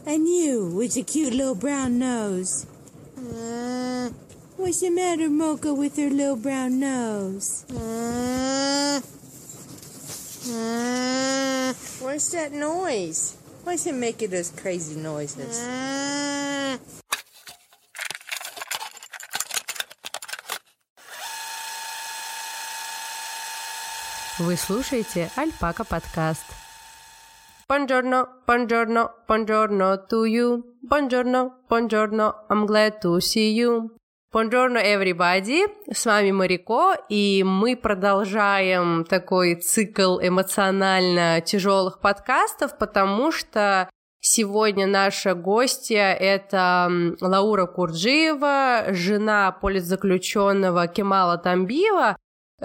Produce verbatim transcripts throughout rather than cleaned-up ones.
And you with your cute little brown nose. Uh, what's the matter, Mocha, with her little brown nose? Uh, uh, what's that noise? Why's he making those crazy noises? Uh, Вы слушаете Альпака подкаст. Buongiorno, buongiorno, buongiorno to you. Buongiorno, buongiorno, I'm glad to see you. Buongiorno, everybody. С вами Марико, и мы продолжаем такой цикл эмоционально тяжелых подкастов, потому что сегодня наша гостья — это Лаура Курджиева, жена политзаключенного Кемала Тамбиева,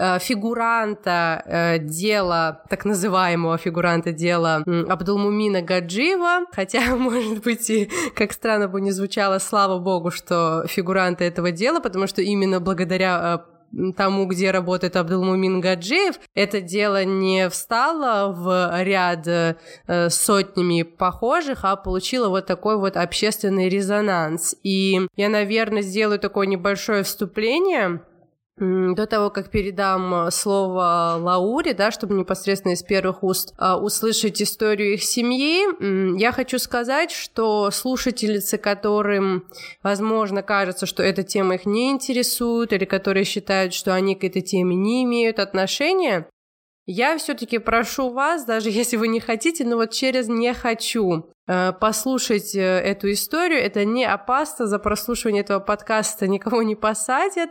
фигуранта дела, так называемого фигуранта дела Абдулмумина Гаджиева, хотя, может быть, и как странно бы ни звучало, слава богу, что фигуранта этого дела, потому что именно благодаря тому, где работает Абдулмумин Гаджиев, это дело не встало в ряд с сотнями похожих, а получило вот такой вот общественный резонанс. И я, наверное, сделаю такое небольшое вступление до того, как передам слово Лауре, да, чтобы непосредственно из первых уст а, услышать историю их семьи, я хочу сказать, что слушательницы, которым, возможно, кажется, что эта тема их не интересует, или которые считают, что они к этой теме не имеют отношения, я все-таки прошу вас, даже если вы не хотите, но вот через «не хочу» послушать эту историю. Это не опасно, за прослушивание этого подкаста никого не посадят.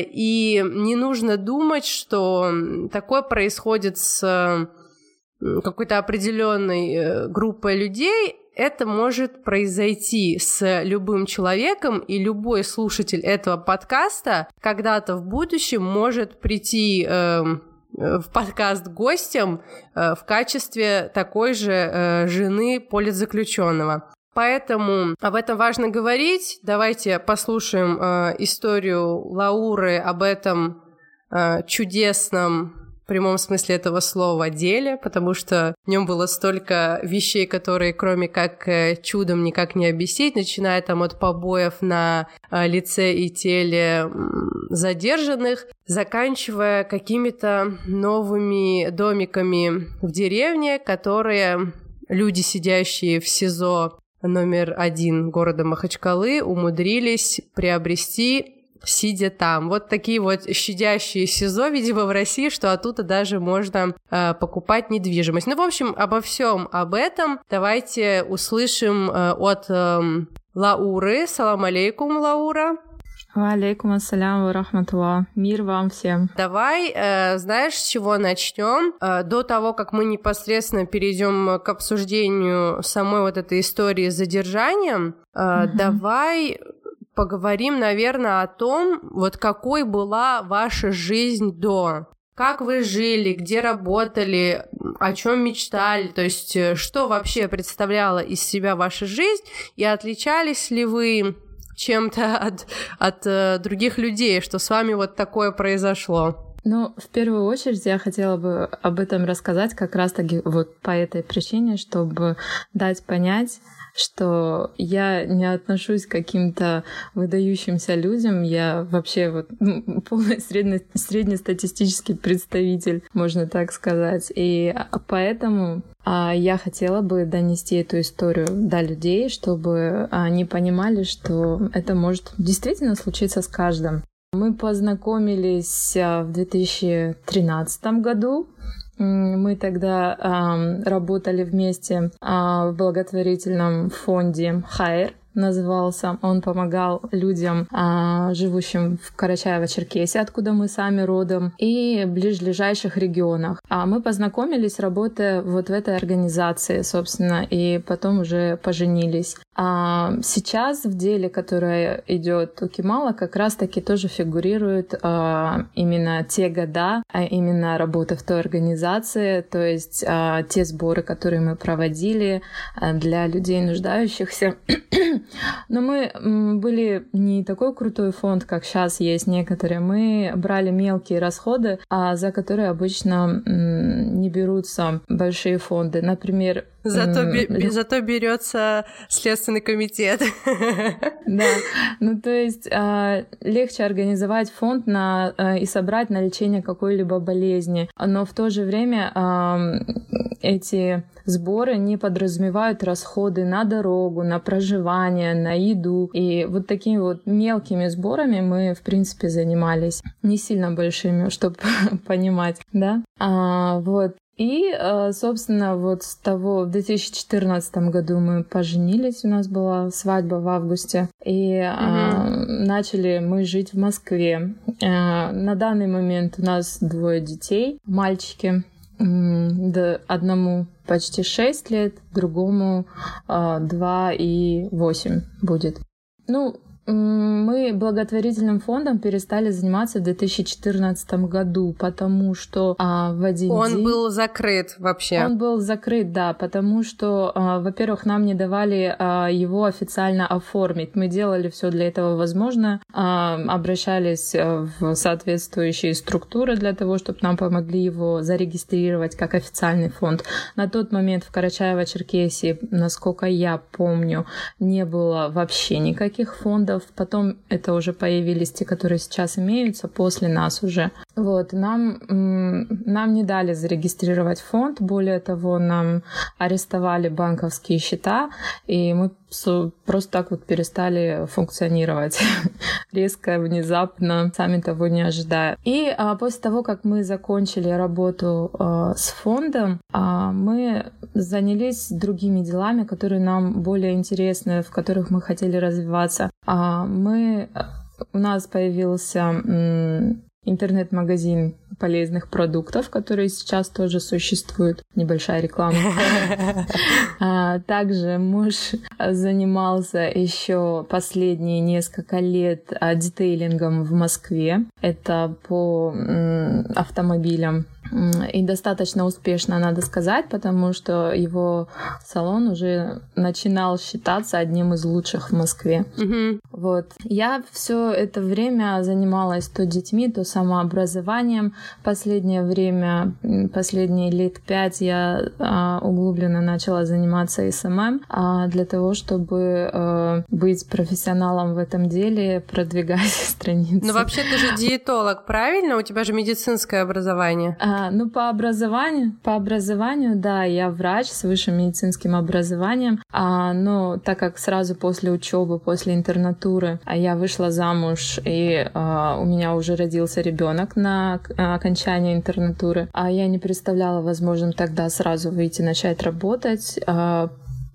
И не нужно думать, что такое происходит с какой-то определенной группой людей. Это может произойти с любым человеком, и любой слушатель этого подкаста когда-то в будущем может прийти э, в подкаст гостем э, в качестве такой же э, жены политзаключенного. Поэтому об этом важно говорить. Давайте послушаем э, историю Лауры об этом э, чудесном, в прямом смысле этого слова, деле, потому что в нем было столько вещей, которые кроме как э, чудом никак не объяснить, начиная там от побоев на э, лице и теле э, задержанных, заканчивая какими-то новыми домиками в деревне, которые люди, сидящие в СИЗО номер один города Махачкалы, умудрились приобрести, сидя там. Вот такие вот щадящие СИЗО, видимо, в России, что оттуда даже можно э, покупать недвижимость. Ну, в общем, обо всем об этом давайте услышим э, от э, Лауры. Салам алейкум, Лаура. Алейкум ассалям ва рахматуллах. Мир вам всем. Давай, э, знаешь, с чего начнем? Э, до того, как мы непосредственно перейдем к обсуждению самой вот этой истории с задержанием, э, mm-hmm. давай поговорим, наверное, о том, вот какой была ваша жизнь до. Как вы жили, где работали, о чем мечтали, то есть что вообще представляла из себя ваша жизнь, и отличались ли вы чем-то от, от э, других людей, что с вами вот такое произошло? Ну, в первую очередь я хотела бы об этом рассказать как раз-таки вот по этой причине, чтобы дать понять, что я не отношусь к каким-то выдающимся людям, я вообще вот ну, полный средне, среднестатистический представитель, можно так сказать. И поэтому а, я хотела бы донести эту историю до людей, чтобы они понимали, что это может действительно случиться с каждым. Мы познакомились в две тысячи тринадцатом году. Мы тогда э, работали вместе э, в благотворительном фонде «Хайр», назывался. Он помогал людям, э, живущим в Карачаево-Черкесии, откуда мы сами родом, и в ближайших регионах. А мы познакомились, работая вот в этой организации, собственно, и потом уже поженились. А сейчас в деле, которое идет у Кемала, как раз-таки тоже фигурируют а, именно те года, а именно работа в той организации, то есть а, те сборы, которые мы проводили а, для людей нуждающихся. Но мы были не такой крутой фонд, как сейчас есть некоторые. Мы брали мелкие расходы, а за которые обычно не берутся большие фонды. Например, Зато, бе- зато берется Следственный комитет. Да, ну то есть э, легче организовать фонд на, э, и собрать на лечение какой-либо болезни, но в то же время э, эти сборы не подразумевают расходы на дорогу, на проживание, на еду. И вот такими вот мелкими сборами мы, в принципе, занимались. Не сильно большими, чтобы понимать, да? А, вот. И, собственно, вот с того, в две тысячи четырнадцатом году мы поженились, у нас была свадьба в августе, и mm-hmm. начали мы жить в Москве. На данный момент у нас двое детей, мальчики, одному почти шесть лет, другому два и восемь будет. Ну, мы благотворительным фондом перестали заниматься в две тысячи четырнадцатом году, потому что а, в один Он день... Он был закрыт вообще. Он был закрыт, да, потому что, а, во-первых, нам не давали а, его официально оформить. Мы делали все для этого возможное, а, обращались в соответствующие структуры для того, чтобы нам помогли его зарегистрировать как официальный фонд. На тот момент в Карачаево-Черкесии, насколько я помню, не было вообще никаких фондов. Потом это уже появились те, которые сейчас имеются, после нас уже. Вот, нам, нам не дали зарегистрировать фонд, более того, нам арестовали банковские счета, и мы просто так вот перестали функционировать резко, внезапно, сами того не ожидая. И а, после того, как мы закончили работу а, с фондом, а, мы занялись другими делами, которые нам более интересны, в которых мы хотели развиваться. А, мы, у нас появился м, интернет-магазин полезных продуктов, который сейчас тоже существует. Небольшая реклама. Также муж занимался еще последние несколько лет детейлингом в Москве. Это по автомобилям. И достаточно успешно, надо сказать, потому что его салон уже начинал считаться одним из лучших в Москве. Mm-hmm. Вот. Я все это время занималась то детьми, то самообразованием. Последнее время, последние лет пять я а, углубленно начала заниматься эс эм эм а, для того, чтобы а, быть профессионалом в этом деле, продвигать страницы. Ну вообще ты же диетолог, правильно? У тебя же медицинское образование. А, ну, по образованию, по образованию, да, я врач с высшим медицинским образованием, а, но так как сразу после учебы, после интернатуры, а я вышла замуж, и а, у меня уже родился ребенок на окончании интернатуры, а я не представляла возможным тогда сразу выйти, начать работать. А,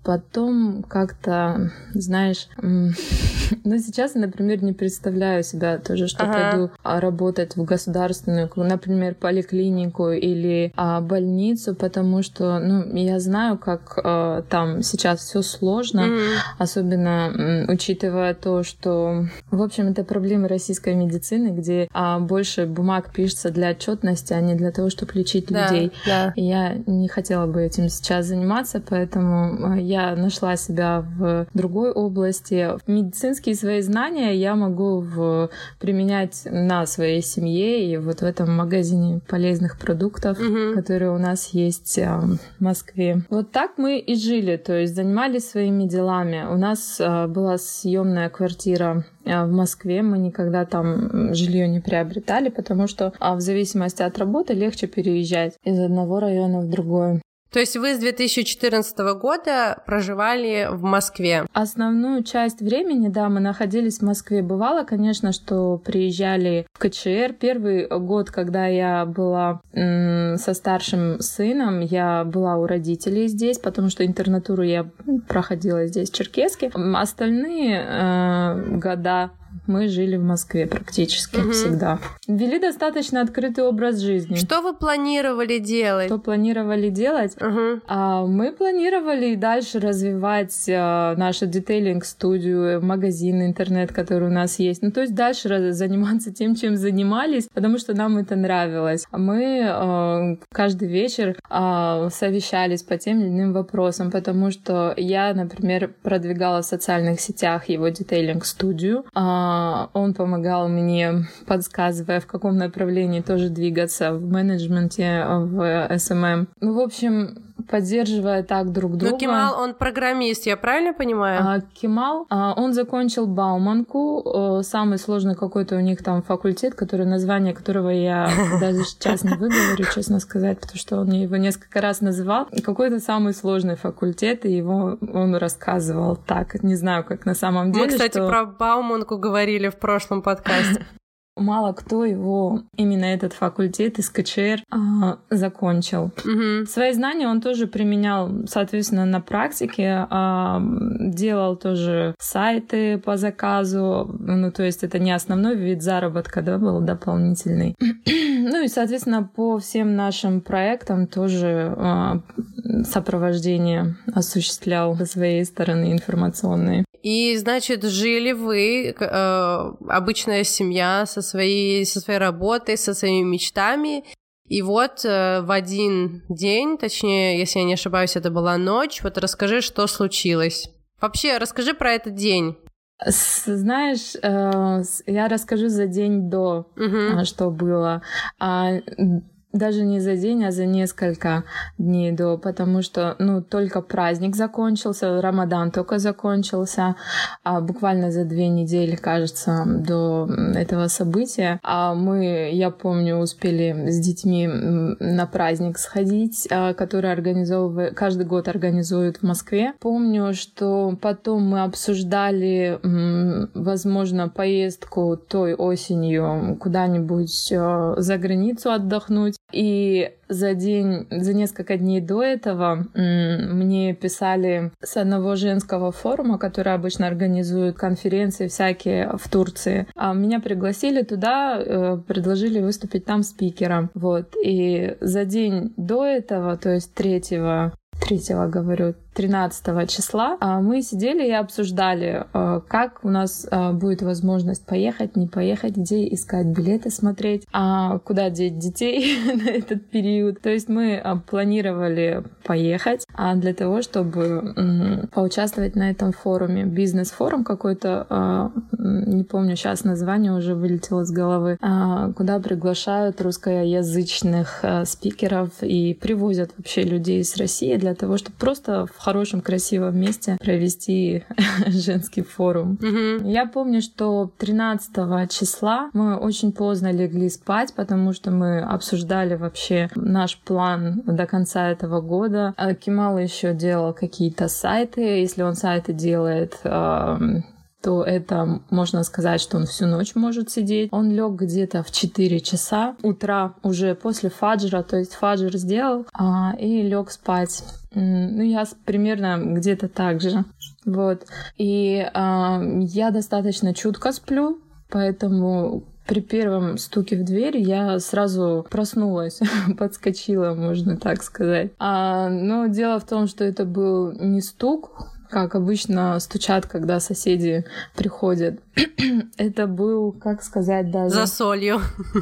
Потом как-то, знаешь, ну сейчас я, например, не представляю себя тоже, что ага. пойду работать в государственную, например, поликлинику или а, больницу, потому что, ну, я знаю, как а, там сейчас все сложно, mm-hmm. особенно м, учитывая то, что, в общем, это проблемы российской медицины, где а, больше бумаг пишется для отчетности, а не для того, чтобы лечить да, людей. Да. И я не хотела бы этим сейчас заниматься, поэтому я Я нашла себя в другой области. Медицинские свои знания я могу в... применять на своей семье и вот в этом магазине полезных продуктов, mm-hmm. которые у нас есть в Москве. Вот так мы и жили, то есть занимались своими делами. У нас была съемная квартира в Москве, мы никогда там жилье не приобретали, потому что в зависимости от работы легче переезжать из одного района в другой. То есть вы с две тысячи четырнадцатого года проживали в Москве? Основную часть времени, да, мы находились в Москве. Бывало, конечно, что приезжали в ка че эр. Первый год, когда я была м- со старшим сыном, я была у родителей здесь, потому что интернатуру я проходила здесь, в Черкесске. Остальные э- года мы жили в Москве практически угу. всегда. Вели достаточно открытый образ жизни. Что вы планировали делать? Что планировали делать? Угу. А, мы планировали и дальше развивать а, нашу детейлинг-студию, магазин, интернет, который у нас есть. Ну, то есть дальше заниматься тем, чем занимались, потому что нам это нравилось. Мы а, каждый вечер а, совещались по тем или иным вопросам, потому что я, например, продвигала в социальных сетях его детейлинг-студию. А, он помогал мне, подсказывая, в каком направлении тоже двигаться в менеджменте, в эс эм эм. Ну, в общем, поддерживая так друг друга. Но Кемал, он программист, я правильно понимаю? А, Кемал, а, он закончил Бауманку, самый сложный какой-то у них там факультет, который, название которого я даже сейчас не выговорю, честно сказать, потому что он мне его несколько раз называл. Какой-то самый сложный факультет, и его он рассказывал так. Не знаю, как на самом деле. Мы, кстати, что... про Бауманку говорили в прошлом подкасте. Мало кто его, именно этот факультет из ка че эр, а, закончил. Угу. Свои знания он тоже применял, соответственно, на практике. А, делал тоже сайты по заказу. Ну, то есть это не основной вид заработка, да, был дополнительный. Ну и, соответственно, по всем нашим проектам тоже а, сопровождение осуществлял со своей стороны информационной. И, значит, жили вы, э, обычная семья, со своей, со своей работой, со своими мечтами. И вот э, в один день, точнее, если я не ошибаюсь, это была ночь. Вот расскажи, что случилось. Вообще, расскажи про этот день. Знаешь, э, я расскажу за день до, угу. что было. А, даже не за день, а за несколько дней до, потому что, ну, только праздник закончился, Рамадан только закончился, а буквально за две недели, кажется, до этого события. А мы, я помню, успели с детьми на праздник сходить, который организовывает, каждый год организуют в Москве. Помню, что потом мы обсуждали, возможно, поездку той осенью куда-нибудь за границу отдохнуть. И за день, за несколько дней до этого мне писали с одного женского форума, который обычно организуют конференции всякие в Турции. А меня пригласили туда, предложили выступить там спикером. Вот. И за день до этого, то есть третьего, третьего, говорю, тринадцатого числа, мы сидели и обсуждали, как у нас будет возможность поехать, не поехать, где искать билеты, смотреть, а куда деть детей на этот период. То есть мы планировали поехать для того, чтобы поучаствовать на этом форуме. Бизнес-форум какой-то, не помню сейчас название, уже вылетело с головы, куда приглашают русскоязычных спикеров и привозят вообще людей из России для того, чтобы просто в хорошем, красивом месте провести женский форум. Mm-hmm. Я помню, что тринадцатого числа мы очень поздно легли спать, потому что мы обсуждали вообще наш план до конца этого года. Кемал еще делал какие-то сайты. Если он сайты делает, то это можно сказать, что он всю ночь может сидеть. Он лег где-то в четыре часа утра, уже после фаджра, то есть фаджр сделал, а, и лег спать. Ну, я примерно где-то так же. Вот. И а, я достаточно чутко сплю, поэтому при первом стуке в дверь я сразу проснулась, подскочила, можно так сказать. А, но дело в том, что это был не стук, как обычно стучат, когда соседи приходят. Это был, как сказать, даже... За солью.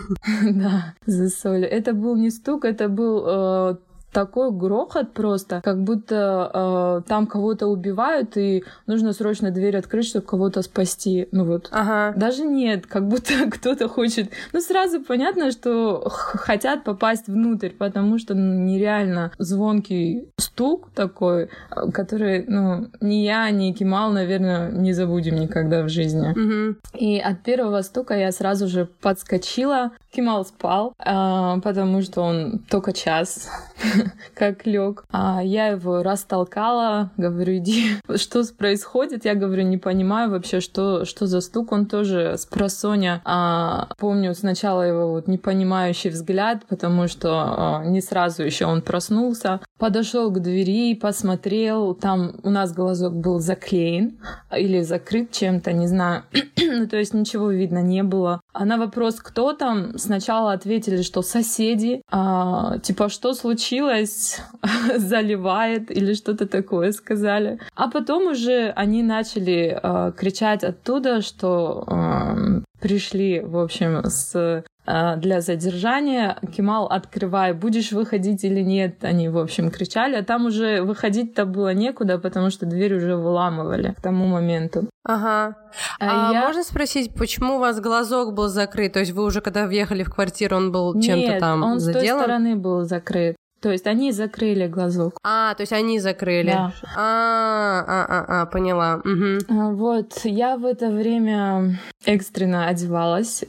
Да, за солью. Это был не стук, это был... Э, такой грохот просто, как будто э, там кого-то убивают, и нужно срочно дверь открыть, чтобы кого-то спасти. Ну вот. Ага. Даже нет, как будто кто-то хочет... Ну, сразу понятно, что хотят попасть внутрь, потому что ну, нереально звонкий стук такой, который, ну, ни я, ни Кемал, наверное, не забудем никогда в жизни. Угу. И от первого стука я сразу же подскочила, Кемал спал, а, потому что он только час как лег. А я его растолкала, говорю, иди, что происходит? Я говорю, не понимаю вообще, что, что за стук. Он тоже с просоня. А, помню сначала его вот непонимающий взгляд, потому что а, не сразу еще он проснулся. Подошел к двери, посмотрел. Там у нас глазок был заклеен или закрыт чем-то, не знаю. Ну, то есть ничего видно не было. А на вопрос, кто там, сначала ответили, что соседи. А, типа, что случилось? Заливает или что-то такое сказали. А потом уже они начали а, кричать оттуда, что а, пришли, в общем, с для задержания. Кемал, открывай, будешь выходить или нет? Они, в общем, кричали. А там уже выходить-то было некуда, потому что дверь уже выламывали к тому моменту. Ага. А, а я... можно спросить, почему у вас глазок был закрыт? То есть вы уже, когда въехали в квартиру, он был нет, чем-то там он заделан? С той стороны был закрыт. То есть они закрыли глазок. А, то есть они закрыли. Да. А, а, а, а, поняла. Угу. Вот, я в это время экстренно одевалась,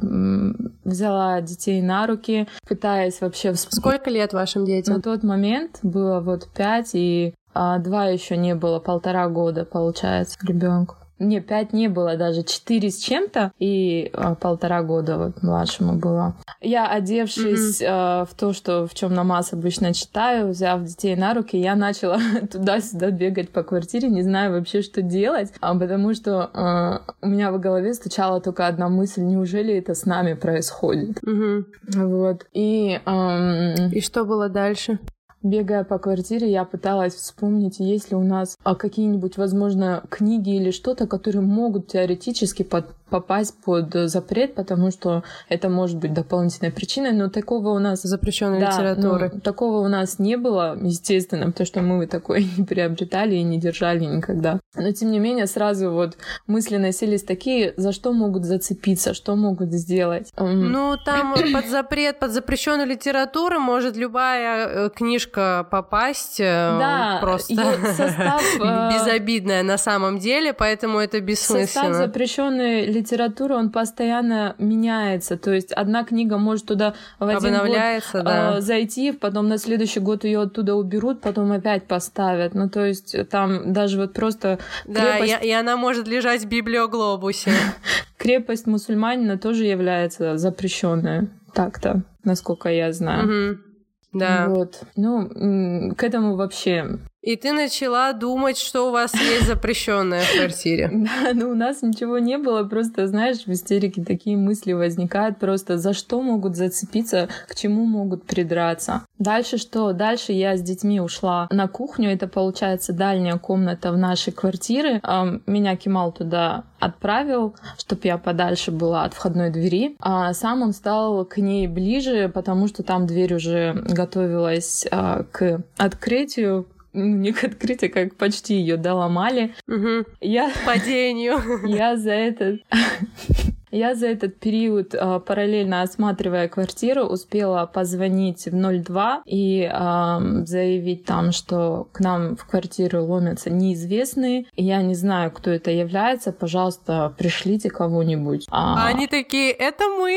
взяла детей на руки, пытаясь вообще... Сколько лет вашим детям? На тот момент было вот пять, и а, два еще не было, полтора года, получается, ребенку. Не, пять не было, даже четыре с чем-то, и а, полтора года вот младшему было. Я, одевшись mm-hmm. а, в то, что в чем намаз обычно читаю, взяв детей на руки, я начала туда-сюда бегать по квартире, не знаю вообще, что делать, а, потому что а, у меня в голове стучала только одна мысль: неужели это с нами происходит? Mm-hmm. Вот. И, а, и что было дальше? Бегая по квартире, я пыталась вспомнить, есть ли у нас а, какие-нибудь, возможно, книги или что-то, которые могут теоретически под, попасть под запрет, потому что это может быть дополнительной причиной, но такого у нас... Запрещенной да, литературы. Ну, такого у нас не было, естественно, потому что мы такое не приобретали и не держали никогда. Но, тем не менее, сразу вот мысли носились такие, за что могут зацепиться, что могут сделать. Ну, там под запрет, под запрещенную литературу может любая книжка попасть, да, просто состав, безобидная на самом деле, поэтому это бессмысленно. Состав запрещенной литературы, он постоянно меняется, то есть одна книга может туда в один год да. зайти, потом на следующий год ее оттуда уберут, потом опять поставят, ну то есть там даже вот просто да, крепость... и, и она может лежать в библиоглобусе. Крепость мусульманина тоже является запрещенной, так-то, насколько я знаю. Да. Вот. Ну, к этому вообще... И ты начала думать, что у вас есть запрещенное в квартире. Да, ну у нас ничего не было, просто, знаешь, в истерике такие мысли возникают, просто за что могут зацепиться, к чему могут придраться. Дальше что? Дальше я с детьми ушла на кухню, это, получается, дальняя комната в нашей квартире. Меня Кемал туда отправил, чтобы я подальше была от входной двери, а сам он стал к ней ближе, потому что там дверь уже готовилась к открытию. Не к открытию, как почти ее доломали. Угу. Я... Падению. Я за этот... Я за этот период, параллельно осматривая квартиру, успела позвонить в ноль два и э, заявить там, что к нам в квартиру ломятся неизвестные. Я не знаю, кто это является. Пожалуйста, пришлите кого-нибудь. А они такие: это мы?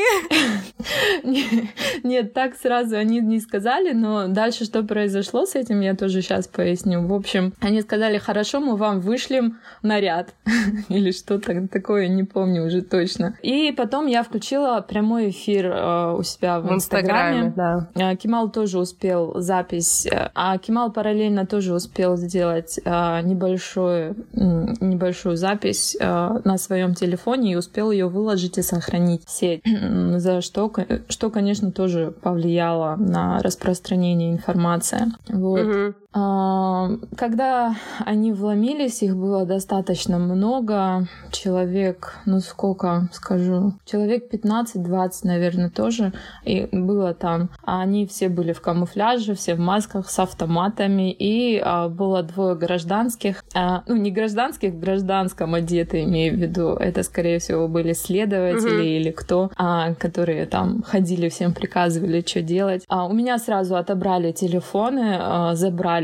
Нет, так сразу они не сказали, но дальше что произошло с этим, я тоже сейчас поясню. В общем, они сказали: хорошо, мы вам вышлем наряд. Или что-то такое, не помню уже точно. И потом я включила прямой эфир э, у себя в, в Инстаграме. Да. Кемал тоже успел запись, а Кемал параллельно тоже успел сделать э, небольшую, небольшую запись э, на своем телефоне и успел ее выложить и сохранить в сеть. За что, что, конечно, тоже повлияло на распространение информации. Вот. Угу. Когда они вломились, их было достаточно много. Человек, ну сколько скажу, человек пятнадцать-двадцать, наверное, тоже и было там. Они все были в камуфляже, все в масках с автоматами. И а, было двое гражданских. А, ну, не гражданских, в гражданском одеты, имею в виду. Это, скорее всего, были следователи uh-huh. или кто, а, которые там ходили, всем приказывали, что делать. А, у меня сразу отобрали телефоны, а, забрали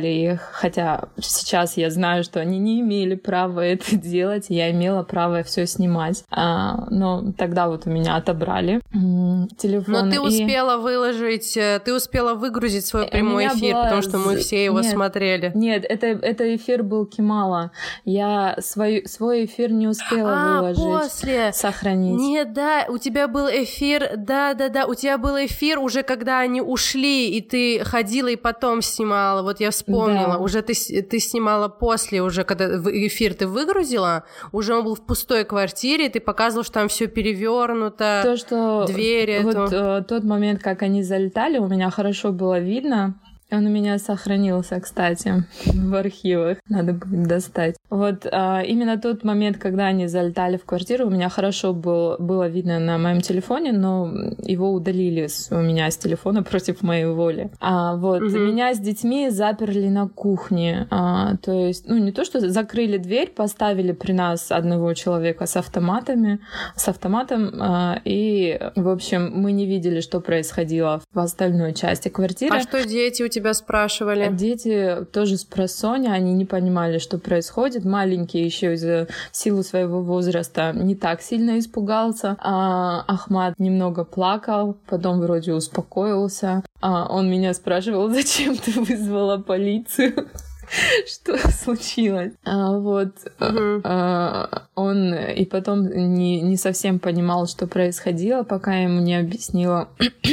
забрали их, хотя сейчас я знаю, что они не имели права это делать, я имела право все снимать, а, но тогда вот у меня отобрали телефон. Но ты и... успела выложить, ты успела выгрузить свой прямой эфир, была... потому что мы все его нет, смотрели. Нет, это, это эфир был Кемала. Я свой, свой эфир не успела а, выложить, после. сохранить. Нет, да, у тебя был эфир, да-да-да, у тебя был эфир уже, когда они ушли, и ты ходила и потом снимала, вот я вспомнила, да. уже ты, ты снимала после, уже когда эфир ты выгрузила, уже он был в пустой квартире, ты показывала, что там все перевернуто, то, что двери. Вот эту... тот момент, как они залетали, у меня хорошо было видно. Он у меня сохранился, кстати, в архивах. Надо будет достать. Вот а, именно тот момент, когда они залетали в квартиру, у меня хорошо был, было видно на моем телефоне, но его удалили с, у меня с телефона против моей воли. А, вот, угу. Меня с детьми заперли на кухне. А, то есть, ну, не то, что закрыли дверь, поставили при нас одного человека с автоматами, с автоматом, а, и, в общем, мы не видели, что происходило в остальной части квартиры. А что дети у тебя спрашивали? Дети тоже с просонья, они не понимали, что происходит. Маленький еще из-за силы своего возраста не так сильно испугался. А Ахмад немного плакал, потом вроде успокоился. А он меня спрашивал, зачем ты вызвала полицию? Что случилось? А, вот uh-huh. а, он и потом не, не совсем понимал, что происходило, пока я ему не объяснила.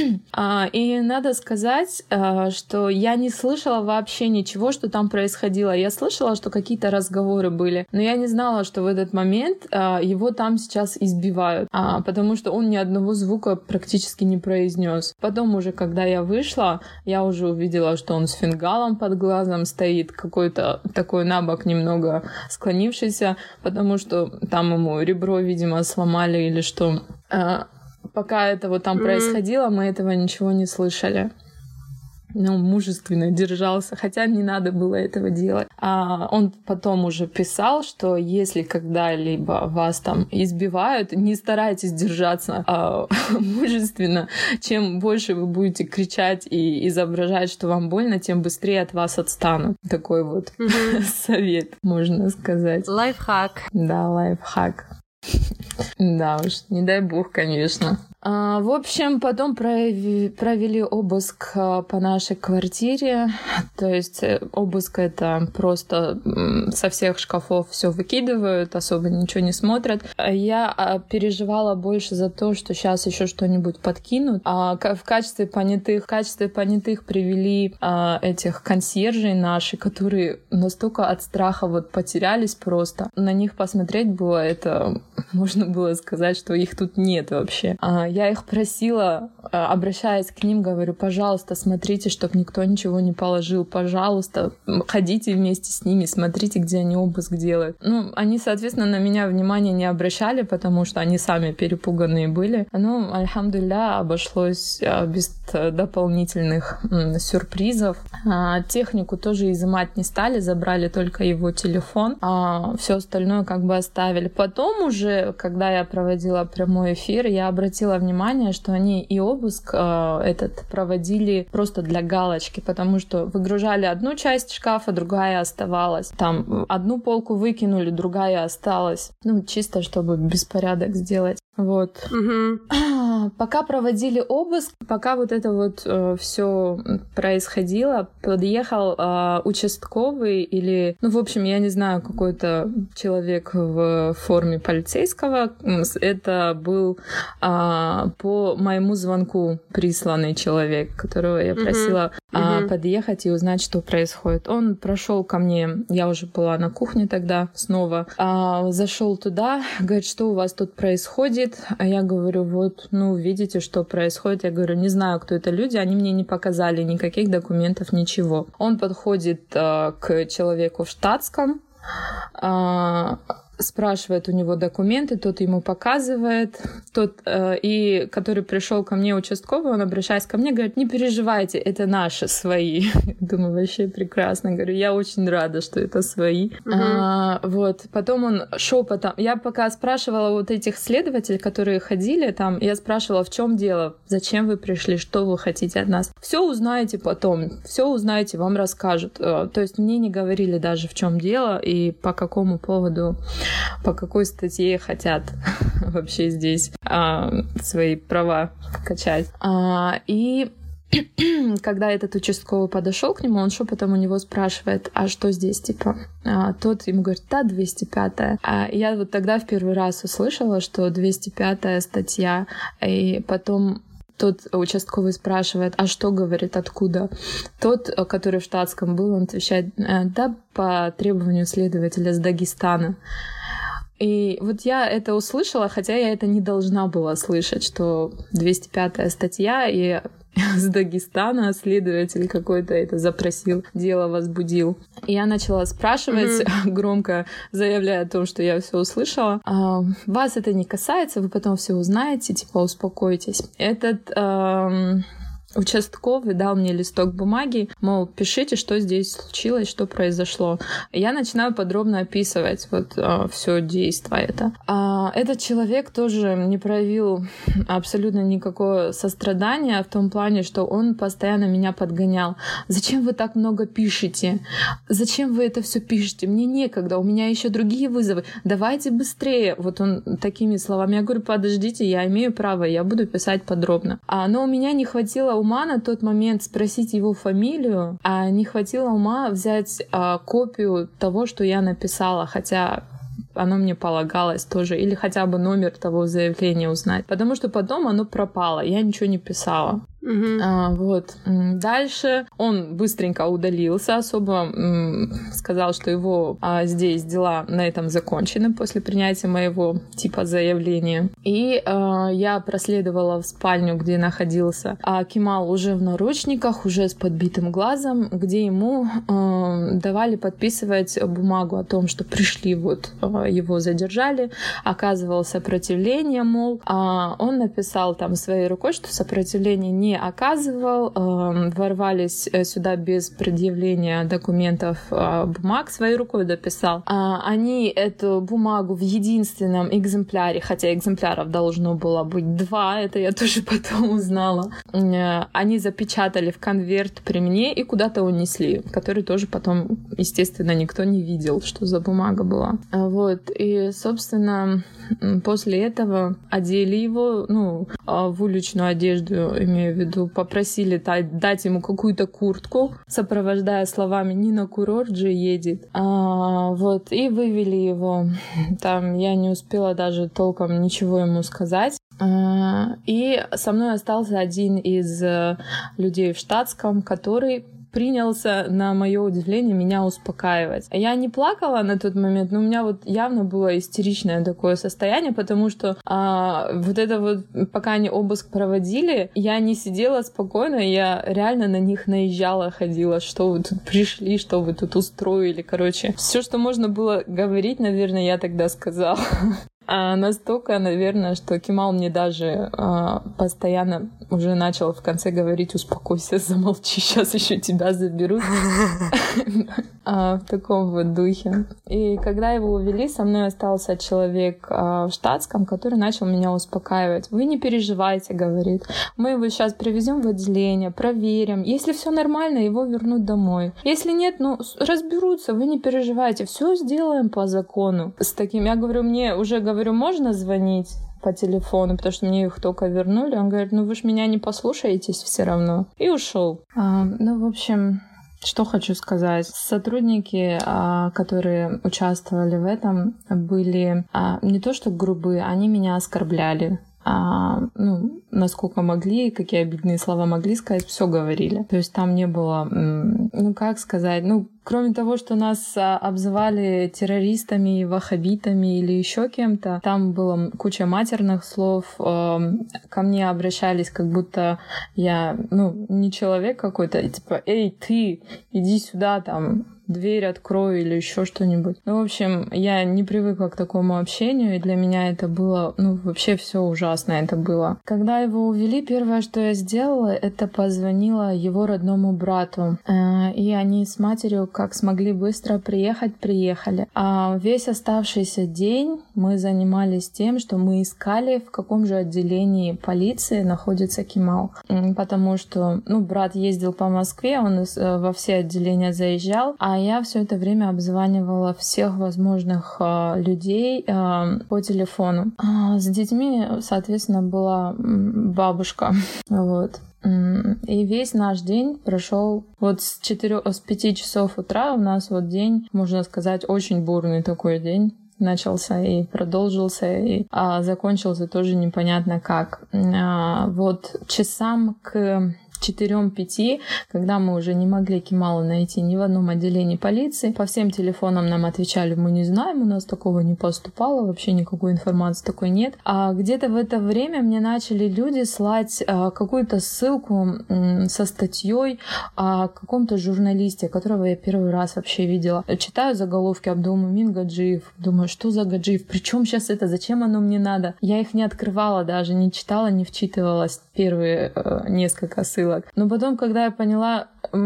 а, и надо сказать, а, что я не слышала вообще ничего, что там происходило. Я слышала, что какие-то разговоры были, но я не знала, что в этот момент а, его там сейчас избивают, а, потому что он ни одного звука практически не произнес. Потом уже, когда я вышла, я уже увидела, что он с фингалом под глазом стоит, какой-то такой набок немного склонившийся, потому что там ему ребро, видимо, сломали или что. А, пока это вот там mm-hmm. происходило, мы этого ничего не слышали. Ну, мужественно держался, хотя не надо было этого делать. А он потом уже писал, что если когда-либо вас там избивают, не старайтесь держаться а, мужественно. Чем больше вы будете кричать и изображать, что вам больно, тем быстрее от вас отстанут. Такой вот mm-hmm. совет, можно сказать. Лайфхак. Да, лайфхак. Да уж, не дай бог, конечно. А, в общем, потом провели, провели обыск по нашей квартире. То есть обыск — это просто со всех шкафов все выкидывают, особо ничего не смотрят. Я переживала больше за то, что сейчас еще что-нибудь подкинут. А в качестве понятых, в качестве понятых привели а, этих консьержей наши, которые настолько от страха вот потерялись просто. На них посмотреть было, это можно было сказать, что их тут нет вообще. А, Я их просила, обращаясь к ним, говорю, пожалуйста, смотрите, чтобы никто ничего не положил, пожалуйста, ходите вместе с ними, смотрите, где они обыск делают. Ну, они, соответственно, на меня внимания не обращали, потому что они сами перепуганные были. Ну, альхамдулилля, обошлось без дополнительных сюрпризов. Технику тоже изымать не стали, забрали только его телефон, а все остальное как бы оставили. Потом уже, когда я проводила прямой эфир, я обратила внимание, что они и обыск э, этот проводили просто для галочки, потому что выгружали одну часть шкафа, другая оставалась. Там одну полку выкинули, другая осталась. Ну, чисто, чтобы беспорядок сделать. Вот. Mm-hmm. Пока проводили обыск, пока вот это вот э, все происходило, подъехал э, участковый или, ну, в общем, я не знаю, какой-то человек в форме полицейского. Это был э, по моему звонку присланный человек, которого я просила mm-hmm. э, mm-hmm. подъехать и узнать, что происходит. Он прошел ко мне, я уже была на кухне тогда снова, э, зашел туда, говорит, что у вас тут происходит. А я говорю, вот, ну, видите, что происходит. Я говорю, не знаю, кто это люди, они мне не показали никаких документов, ничего. Он подходит э, к человеку в штатском, э, спрашивает у него документы, тот ему показывает, тот, э, и который пришел ко мне участковый, он, обращаясь ко мне, говорит: не переживайте, это наши свои. Думаю, вообще прекрасно. Говорю, я очень рада, что это свои. Mm-hmm. А, вот. Потом он шепотом. Я пока спрашивала вот этих следователей, которые ходили там, я спрашивала, в чем дело, зачем вы пришли, что вы хотите от нас. Все узнаете потом, все узнаете, вам расскажут. То есть мне не говорили даже, в чем дело и по какому поводу, по какой статье хотят вообще здесь а, свои права качать. А, и когда этот участковый подошел к нему, он шепотом у него спрашивает: а что здесь, типа? А тот ему говорит: да, двести пятая. А я вот тогда в первый раз услышала, что двести пятая статья, и потом тот участковый спрашивает: а что, говорит, откуда? Тот, который в штатском был, он отвечает: да, по требованию следователя с Дагестана. И вот я это услышала, хотя я это не должна была слышать, что двести пятая статья, и с Дагестана следователь какой-то это запросил, дело возбудил. И я начала спрашивать, mm-hmm. громко заявляя о том, что я все услышала. А, вас это не касается, вы потом все узнаете, типа успокойтесь. Этот эм, участковый дал мне листок бумаги, мол, пишите, что здесь случилось, что произошло. Я начинаю подробно описывать вот э, все действие это. А этот человек тоже не проявил абсолютно никакого сострадания в том плане, что он постоянно меня подгонял. Зачем вы так много пишете? Зачем вы это все пишете? Мне некогда, у меня еще другие вызовы. Давайте быстрее. Вот он такими словами. Я говорю: подождите, я имею право, я буду писать подробно. А, но у меня не хватило ума на тот момент спросить его фамилию, а не хватило ума взять а, копию того, что я написала, хотя оно мне полагалось тоже, или хотя бы номер того заявления узнать, потому что потом оно пропало, я ничего не писала. Uh-huh. А, вот. Дальше он быстренько удалился, особо м, сказал, что его а, здесь дела на этом закончены после принятия моего типа заявления. И а, я проследовала в спальню, где находился а, Кемал уже в наручниках, уже с подбитым глазом, где ему а, давали подписывать бумагу о том, что пришли, вот а, его задержали, оказывал сопротивление, мол. А, он написал там своей рукой, что сопротивление не оказывал, э, ворвались сюда без предъявления документов, э, бумаг, своей рукой дописал. А они эту бумагу в единственном экземпляре, хотя экземпляров должно было быть два, это я тоже потом узнала, э, они запечатали в конверт при мне и куда-то унесли, который тоже потом, естественно, никто не видел, что за бумага была. Вот. И, собственно, после этого одели его, ну, в уличную одежду, имею в виду, попросили дать ему какую-то куртку, сопровождая словами: не на курорт же едет. А, вот, и вывели его. Там я не успела даже толком ничего ему сказать. А, и со мной остался один из людей в штатском, который принялся, на мое удивление, меня успокаивать. Я не плакала на тот момент, но у меня вот явно было истеричное такое состояние, потому что а, вот это вот, пока они обыск проводили, я не сидела спокойно, я реально на них наезжала, ходила, что вы тут пришли, что вы тут устроили, короче. Все, что можно было говорить, наверное, я тогда сказала. А настолько, наверное, что Кемал мне даже а, постоянно уже начал в конце говорить: успокойся, замолчи, сейчас еще тебя заберут. В таком вот духе. И когда его увели, со мной остался человек в штатском, который начал меня успокаивать. Вы не переживайте, говорит. Мы его сейчас привезем в отделение, проверим. Если все нормально, его вернут домой. Если нет, ну, разберутся, вы не переживайте. Все сделаем по закону. С таким, я говорю, мне уже говорю, Говорю, можно звонить по телефону, потому что мне их только вернули. Он говорит: ну вы ж меня не послушаетесь все равно. И ушел. А, ну, в общем, что хочу сказать. Сотрудники, а, которые участвовали в этом, были а, не то что грубые, они меня оскорбляли. А, ну, насколько могли, какие обидные слова могли сказать, все говорили. То есть там не было, ну, как сказать, ну, кроме того, что нас обзывали террористами, ваххабитами или еще кем-то, там было куча матерных слов. Ко мне обращались, как будто я, ну, не человек какой-то, типа, эй, ты, иди сюда, там, дверь открою или еще что-нибудь. Ну, в общем, я не привыкла к такому общению, и для меня это было, ну, вообще все ужасно это было. Когда его увели, первое, что я сделала, это позвонила его родному брату. И они с матерью, как смогли быстро приехать, приехали. А весь оставшийся день мы занимались тем, что мы искали, в каком же отделении полиции находится Кемал. Потому что, ну, брат ездил по Москве, он во все отделения заезжал, а я все это время обзванивала всех возможных э, людей э, по телефону. А с детьми, соответственно, была бабушка. Вот. И весь наш день прошел вот с четырёх, с пяти часов утра у нас вот день, можно сказать, очень бурный такой день начался и продолжился, и а, закончился тоже непонятно как. А, вот часам к четырём-пяти, когда мы уже не могли Кемала найти ни в одном отделении полиции. По всем телефонам нам отвечали: мы не знаем, у нас такого не поступало, вообще никакой информации такой нет. А где-то в это время мне начали люди слать а, какую-то ссылку м, со статьей о каком-то журналисте, которого я первый раз вообще видела. Читаю заголовки: Абдулмумин Гаджиев. Думаю, что за Гаджиев? Причем сейчас это? Зачем оно мне надо? Я их не открывала даже, не читала, не вчитывалась первые э, несколько ссылок. Но потом, когда я поняла,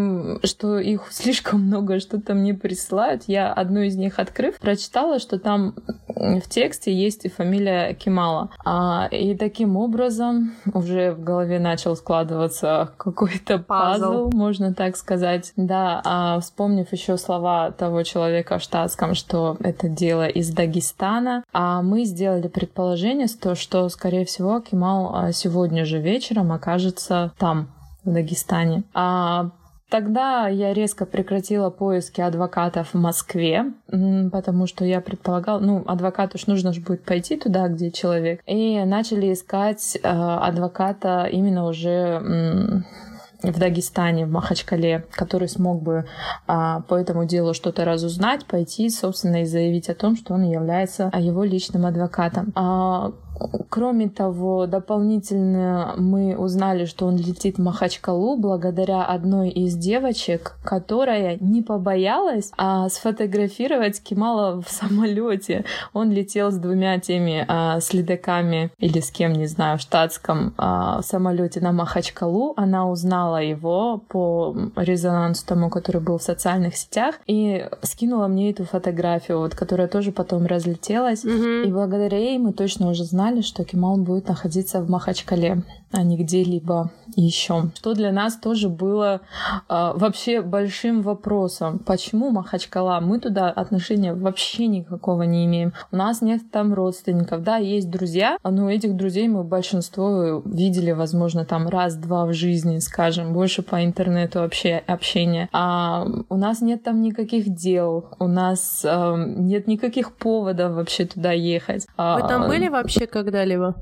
что их слишком много, что-то мне присылают, я одну из них, открыв, прочитала, что там в тексте есть и фамилия Кемала. А, и таким образом уже в голове начал складываться какой-то пазл, можно так сказать. Да, а вспомнив еще слова того человека в штатском, что это дело из Дагестана, а мы сделали предположение, что, скорее всего, Кемал сегодня же вечером окажется там, в Дагестане. А тогда я резко прекратила поиски адвокатов в Москве, потому что я предполагала, ну, адвокату ж нужно же будет пойти туда, где человек. И начали искать э, адвоката именно уже м- в Дагестане, в Махачкале, который смог бы а, по этому делу что-то разузнать, пойти, собственно, и заявить о том, что он является его личным адвокатом. А, Кроме того, дополнительно мы узнали, что он летит в Махачкалу благодаря одной из девочек, которая не побоялась а сфотографировать Кемала в самолете. Он летел с двумя теми а, следаками или с кем, не знаю, в штатском а, в самолете на Махачкалу. Она узнала его по резонансу тому, который был в социальных сетях, и скинула мне эту фотографию, вот, которая тоже потом разлетелась. Mm-hmm. И благодаря ей мы точно уже знали, что Кемал будет находиться в Махачкале, а не где-либо еще. Что для нас тоже было э, вообще большим вопросом. Почему Махачкала? Мы туда отношения вообще никакого не имеем. У нас нет там родственников. Да, есть друзья, но этих друзей мы большинство видели, возможно, там раз-два в жизни, скажем, больше по интернету вообще общения. А у нас нет там никаких дел, у нас э, нет никаких поводов вообще туда ехать. Вы там были вообще когда-либо?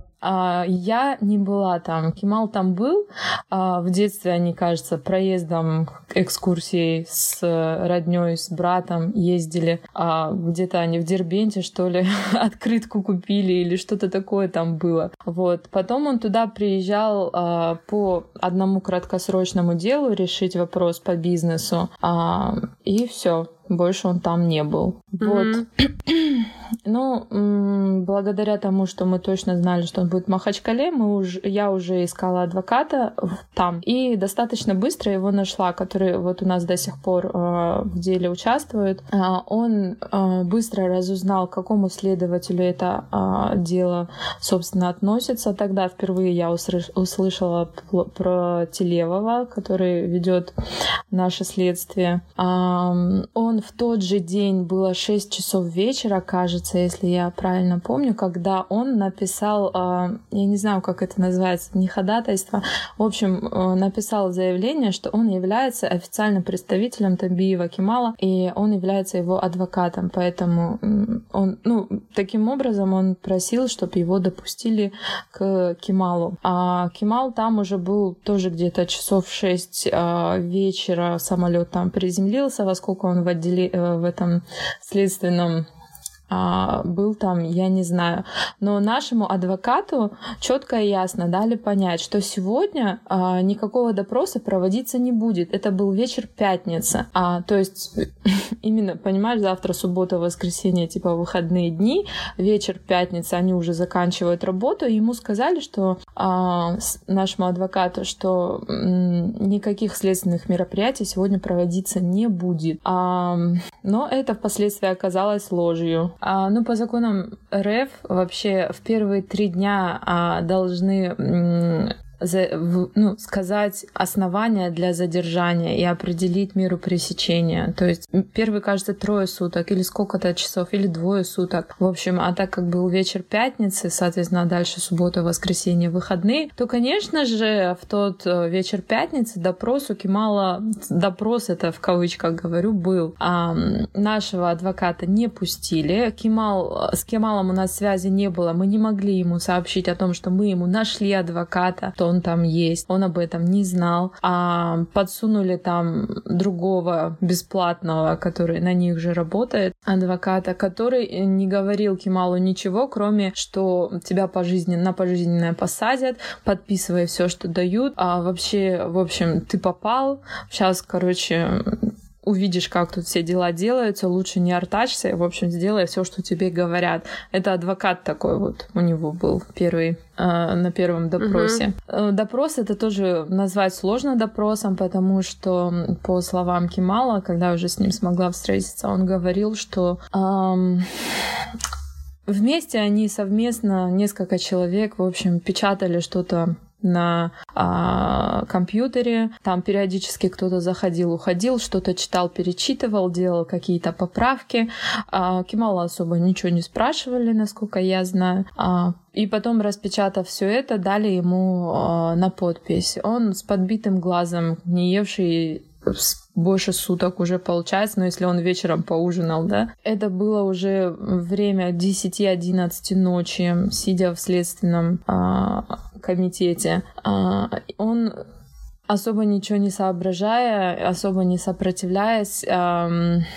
Я не была там. Кемал там был. В детстве они, кажется, проездом, экскурсией с роднёй, с братом ездили. Где-то они в Дербенте, что ли, открытку купили или что-то такое там было. Вот. Потом он туда приезжал по одному краткосрочному делу решить вопрос по бизнесу. И все. Больше он там не был. Mm-hmm. Вот. Ну, м- благодаря тому, что мы точно знали, что он будет в Махачкале, мы уже, я уже искала адвоката там. И достаточно быстро его нашла, который вот у нас до сих пор э, в деле участвует. Э, он э, быстро разузнал, к какому следователю это э, дело, собственно, относится. Тогда впервые я услыш- услышала про Телевова, который ведет наше следствие. Э, он он в тот же день, было шесть часов вечера, кажется, если я правильно помню, когда он написал, я не знаю, как это называется, не ходатайство, в общем, написал заявление, что он является официальным представителем Табиева Кемала, и он является его адвокатом, поэтому он, ну, таким образом он просил, чтобы его допустили к Кемалу. А Кемал там уже был тоже где-то часов в шесть вечера, самолет там приземлился, во сколько он в отделе, в этом следственном а, был там, я не знаю. Но нашему адвокату четко и ясно дали понять, что сегодня а, никакого допроса проводиться не будет. Это был вечер пятницы. А, то есть, именно, понимаешь, завтра суббота, воскресенье, типа выходные дни, вечер пятницы, они уже заканчивают работу, и ему сказали, что а, нашему адвокату, что м, никаких следственных мероприятий сегодня проводиться не будет. А, но это впоследствии оказалось ложью. А, ну, по законам РФ вообще в первые три дня а, должны м, за, в, ну, сказать основания для задержания и определить меру пресечения. То есть первый, кажется, трое суток или сколько-то часов, или двое суток. В общем, а так как был вечер пятницы, соответственно, дальше суббота, воскресенье, выходные, то, конечно же, в тот вечер пятницы допрос у Кемала, допрос это в кавычках говорю, был. А нашего адвоката не пустили. Кемал, с Кемалом у нас связи не было. Мы не могли ему сообщить о том, что мы ему нашли адвоката, то он там есть. Он об этом не знал. А подсунули там другого бесплатного, который на них же работает, адвоката, который не говорил Кемалу ничего, кроме что тебя пожизненно, на пожизненное посадят, подписывай все, что дают. А вообще, в общем, ты попал. Сейчас, короче, увидишь, как тут все дела делаются, лучше не артачься, в общем, сделай все, что тебе говорят. Это адвокат такой вот у него был первый, э, на первом допросе. Uh-huh. Допрос это тоже назвать сложно допросом, потому что, по словам Кемала, когда уже с ним смогла встретиться, он говорил, что эм, вместе они совместно, несколько человек, в общем, печатали что-то на а, компьютере. Там периодически кто-то заходил, уходил, что-то читал, перечитывал, делал какие-то поправки. А, Кемала особо ничего не спрашивали, насколько я знаю. А, и потом, распечатав все это, дали ему а, на подпись. Он с подбитым глазом, не евший больше суток уже получается, но если он вечером поужинал, да, это было уже время десять-одиннадцать ночи, сидя в следственном а, комитете. А, он особо ничего не соображая, особо не сопротивляясь, а,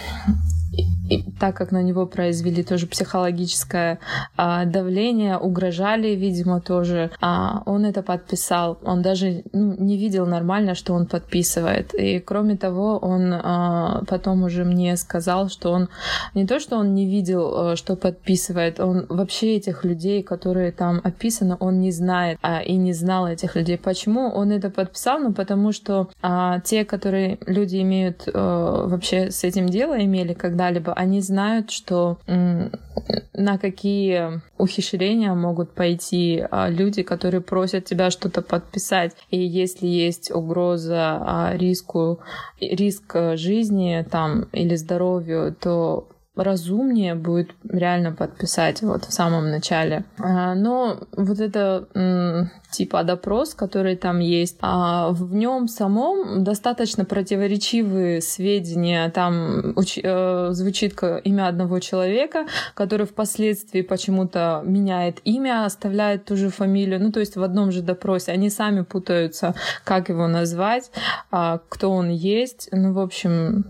и, и так как на него произвели тоже психологическое а, давление, угрожали, видимо, тоже, а, он это подписал. Он даже ну, не видел нормально, что он подписывает. И кроме того, он а, потом уже мне сказал, что он не то, что он не видел, что подписывает, он вообще этих людей, которые там описаны, он не знает а, и не знал этих людей. Почему он это подписал? Ну, потому что а, те, которые люди имеют а, вообще с этим дело имели когда-либо, они знают, что м, на какие ухищрения могут пойти а, люди, которые просят тебя что-то подписать. И если есть угроза а, риску, риск жизни там, или здоровью, то разумнее будет реально подписать вот в самом начале. Но вот это типа допрос, который там есть, в нем самом достаточно противоречивые сведения. Там звучит имя одного человека, который впоследствии почему-то меняет имя, оставляет ту же фамилию. Ну, то есть в одном же допросе они сами путаются, как его назвать, кто он есть. Ну, в общем,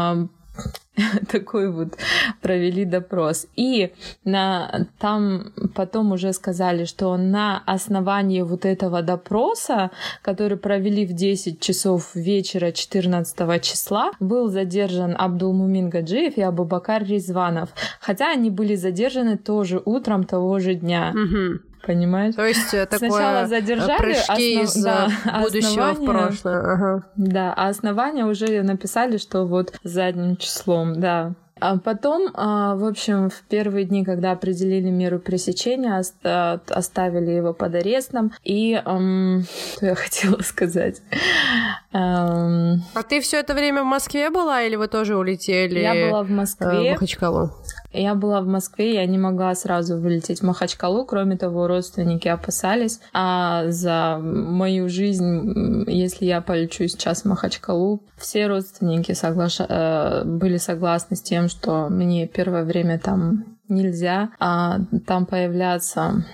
такой вот провели допрос. И на, там потом уже сказали, что на основании вот этого допроса, который провели в десять часов вечера четырнадцатого числа, был задержан Абдулмумин Гаджиев и Абубакар Ризванов. Хотя они были задержаны тоже утром того же дня. Угу. Понимаешь? То есть такое сначала задержали, прыжки основ... из да, будущего в прошлое. Ага. Да, а основания уже написали, что вот задним числом, да. А потом, в общем, в первые дни, когда определили меру пресечения, оставили его под арестом. И, эм, что я хотела сказать? Эм... А ты все это время в Москве была, или вы тоже улетели? Я была в Москве. В Махачкалу. Я была в Москве, я не могла сразу вылететь в Махачкалу. Кроме того, родственники опасались а за мою жизнь, если я полечу сейчас в Махачкалу. Все родственники соглаш... были согласны с тем, что мне первое время там нельзя а там появляться.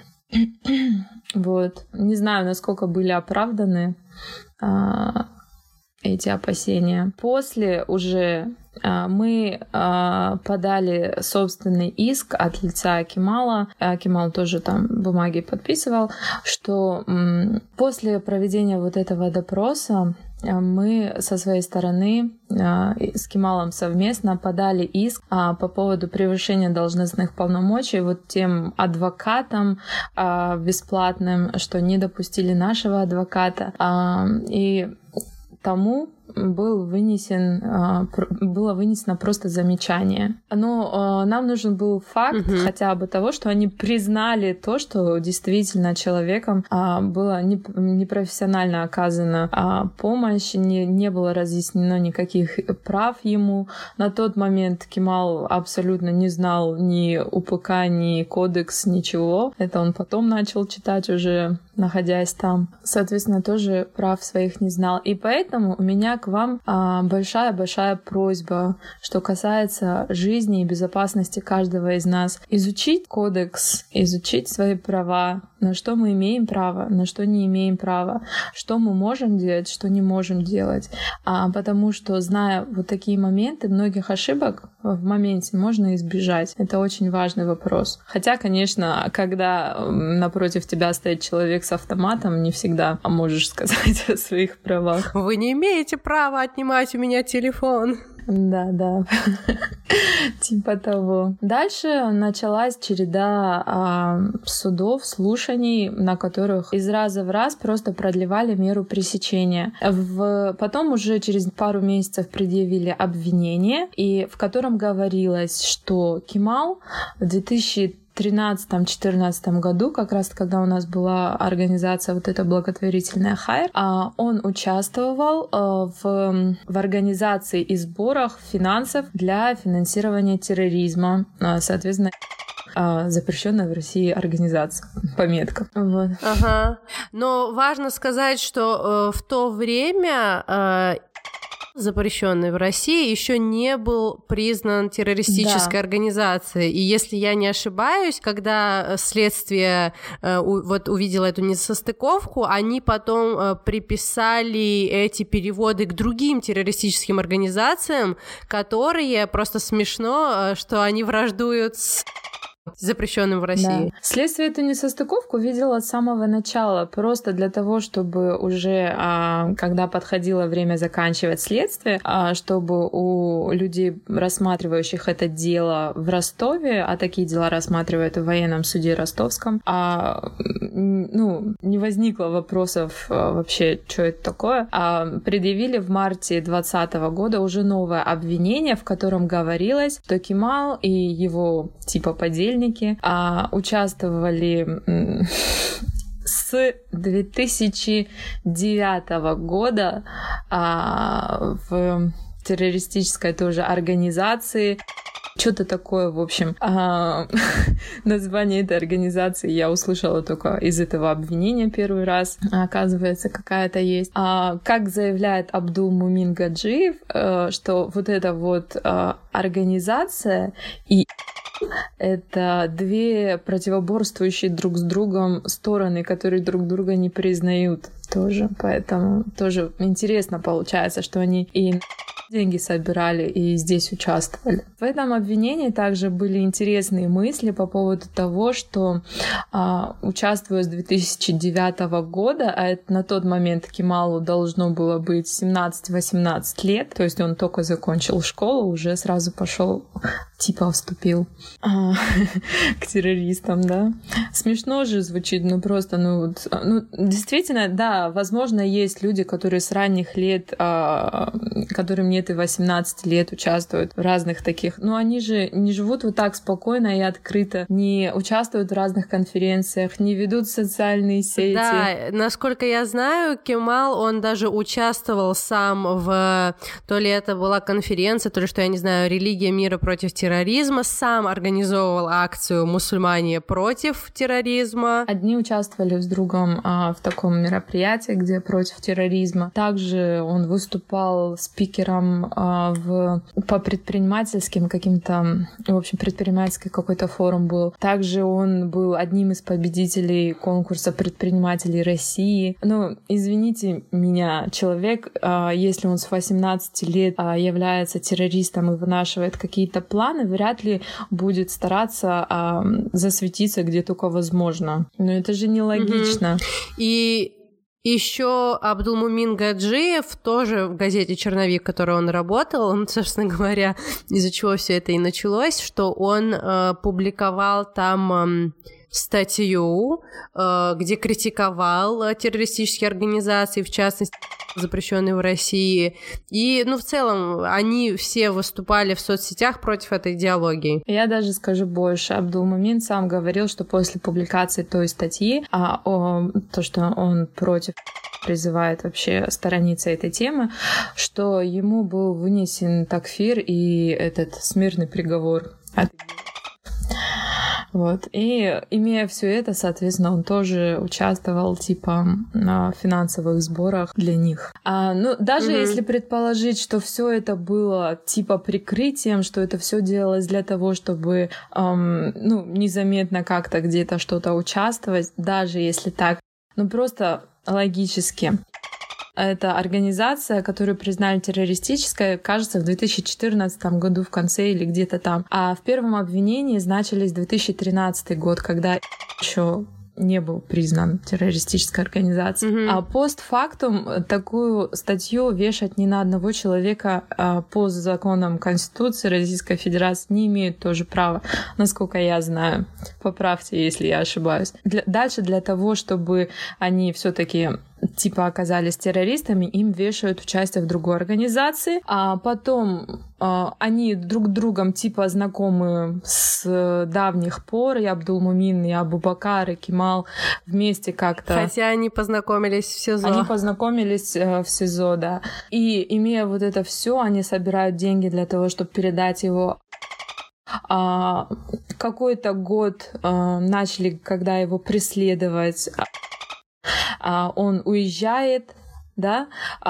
Вот. Не знаю, насколько были оправданы а, эти опасения. После уже а, мы а, подали собственный иск от лица Кемала. А, Кемал тоже там бумаги подписывал, что м, после проведения вот этого допроса мы со своей стороны с Кемалом совместно подали иск по поводу превышения должностных полномочий вот тем адвокатам бесплатным, что не допустили нашего адвоката. И тому был вынесен, было вынесено просто замечание. Но нам нужен был факт uh-huh. хотя бы того, что они признали то, что действительно человеком была непрофессионально оказана помощь, не, не было разъяснено никаких прав ему. На тот момент Кемал абсолютно не знал ни УПК, ни кодекс, ничего. Это он потом начал читать уже, находясь там. Соответственно, тоже прав своих не знал. И поэтому у меня к вам большая-большая просьба, что касается жизни и безопасности каждого из нас. Изучить кодекс, изучить свои права, на что мы имеем право, на что не имеем права, что мы можем делать, что не можем делать. А, потому что, зная вот такие моменты, многих ошибок в моменте можно избежать. Это очень важный вопрос. Хотя, конечно, когда напротив тебя стоит человек с автоматом, не всегда можешь сказать о своих правах. Вы не имеете права отнимать у меня телефон. Да, да, типа того. Дальше началась череда а, судов, слушаний, на которых из раза в раз просто продлевали меру пресечения. В... Потом уже через пару месяцев предъявили обвинение, и в котором говорилось, что Кемал в две тысячи тринадцатом-четырнадцатом году, как раз когда у нас была организация вот эта благотворительная Хайр, он участвовал в, в организации и сборах финансов для финансирования терроризма, соответственно, запрещенная в России организация по меткам. Вот. Ага. Но важно сказать, что э, в то время э, запрещенный в России, еще не был признан террористической да. организацией. И если я не ошибаюсь, когда следствие э, у, вот увидело эту несостыковку, они потом э, приписали эти переводы к другим террористическим организациям, которые, просто смешно, э, что они враждуют с запрещенным в России. Да. Следствие эту несостыковку видело с самого начала, просто для того, чтобы уже, а, когда подходило время заканчивать следствие, а, чтобы у людей, рассматривающих это дело в Ростове, а такие дела рассматривают в военном суде ростовском, а, ну, не возникло вопросов а, вообще, что это такое, а, предъявили в марте двадцатого года уже новое обвинение, в котором говорилось, что Кемал и его типа подельники а, участвовали м- с две тысячи девятого года а, в террористической тоже организации. Что-то такое, в общем. А, название этой организации я услышала только из этого обвинения первый раз. А, оказывается, какая-то есть. А, как заявляет Абдулмумин Гаджиев, а, что вот эта вот а, организация и это две противоборствующие друг с другом стороны, которые друг друга не признают тоже. Поэтому тоже интересно получается, что они и деньги собирали и здесь участвовали. В этом обвинении также были интересные мысли по поводу того, что а, участвуя с две тысячи девятого года, а это на тот момент Кемалу должно было быть семнадцать-восемнадцать лет, то есть он только закончил школу, уже сразу пошел типа вступил а, к террористам, да. смешно же звучит, ну просто, ну, ну действительно, да, возможно, есть люди, которые с ранних лет, а, которым нет и восемнадцати лет, участвуют в разных таких, но они же не живут вот так спокойно и открыто, не участвуют в разных конференциях, не ведут социальные сети. Да, насколько я знаю, Кемал, он даже участвовал сам в, то ли это была конференция, то ли, что я не знаю, «Религия мира против терроризма», сам организовывал акцию «Мусульмане против терроризма». Одни участвовали с другом а, в таком мероприятии, где против терроризма. Также он выступал спикером а, в, по предпринимательским каким-то, в общем, предпринимательский какой-то форум был. Также он был одним из победителей конкурса предпринимателей России. Ну, извините меня, человек, а, если он с восемнадцати лет а, является террористом и вынашивает какие-то планы, вряд ли будет стараться а, засветиться где только возможно. Но это же нелогично. Mm-hmm. И еще Абдулмумин Гаджиев, тоже в газете «Черновик», в которой он работал, он, собственно говоря, из-за чего все это и началось, что он э, публиковал там... Э, статью, где критиковал террористические организации, в частности, запрещенные в России. И, ну, в целом, они все выступали в соцсетях против этой идеологии. Я даже скажу больше. Абдулмумин сам говорил, что после публикации той статьи, а, о, то, что он против призывает вообще сторониться этой темы, что ему был вынесен такфир и этот смертный приговор. Вот. И имея все это, соответственно, он тоже участвовал типа на финансовых сборах для них. А, ну, даже mm-hmm. если предположить, что все это было типа прикрытием, что это все делалось для того, чтобы эм, ну, незаметно как-то где-то что-то участвовать, даже если так, ну просто логически. Это организация, которую признали террористической, кажется, в две тысячи четырнадцатом году в конце или где-то там. А в первом обвинении значились две тысячи тринадцатый год, когда еще не был признан террористической организацией. Mm-hmm. А постфактум такую статью вешать ни на одного человека а, по законам Конституции Российской Федерации не имеют тоже права, насколько я знаю. Поправьте, если я ошибаюсь. Для, дальше для того, чтобы они все-таки типа оказались террористами, им вешают участие в другой организации, а потом э, они друг с другом типа знакомы с давних пор, и Абдулмумин, и Абубакар, и Кемал вместе как-то. Хотя они познакомились в СИЗО. Они познакомились э, в СИЗО, да. И имея вот это все, они собирают деньги для того, чтобы передать его. А, какой-то год э, начали, когда его преследовать. Он уезжает, да,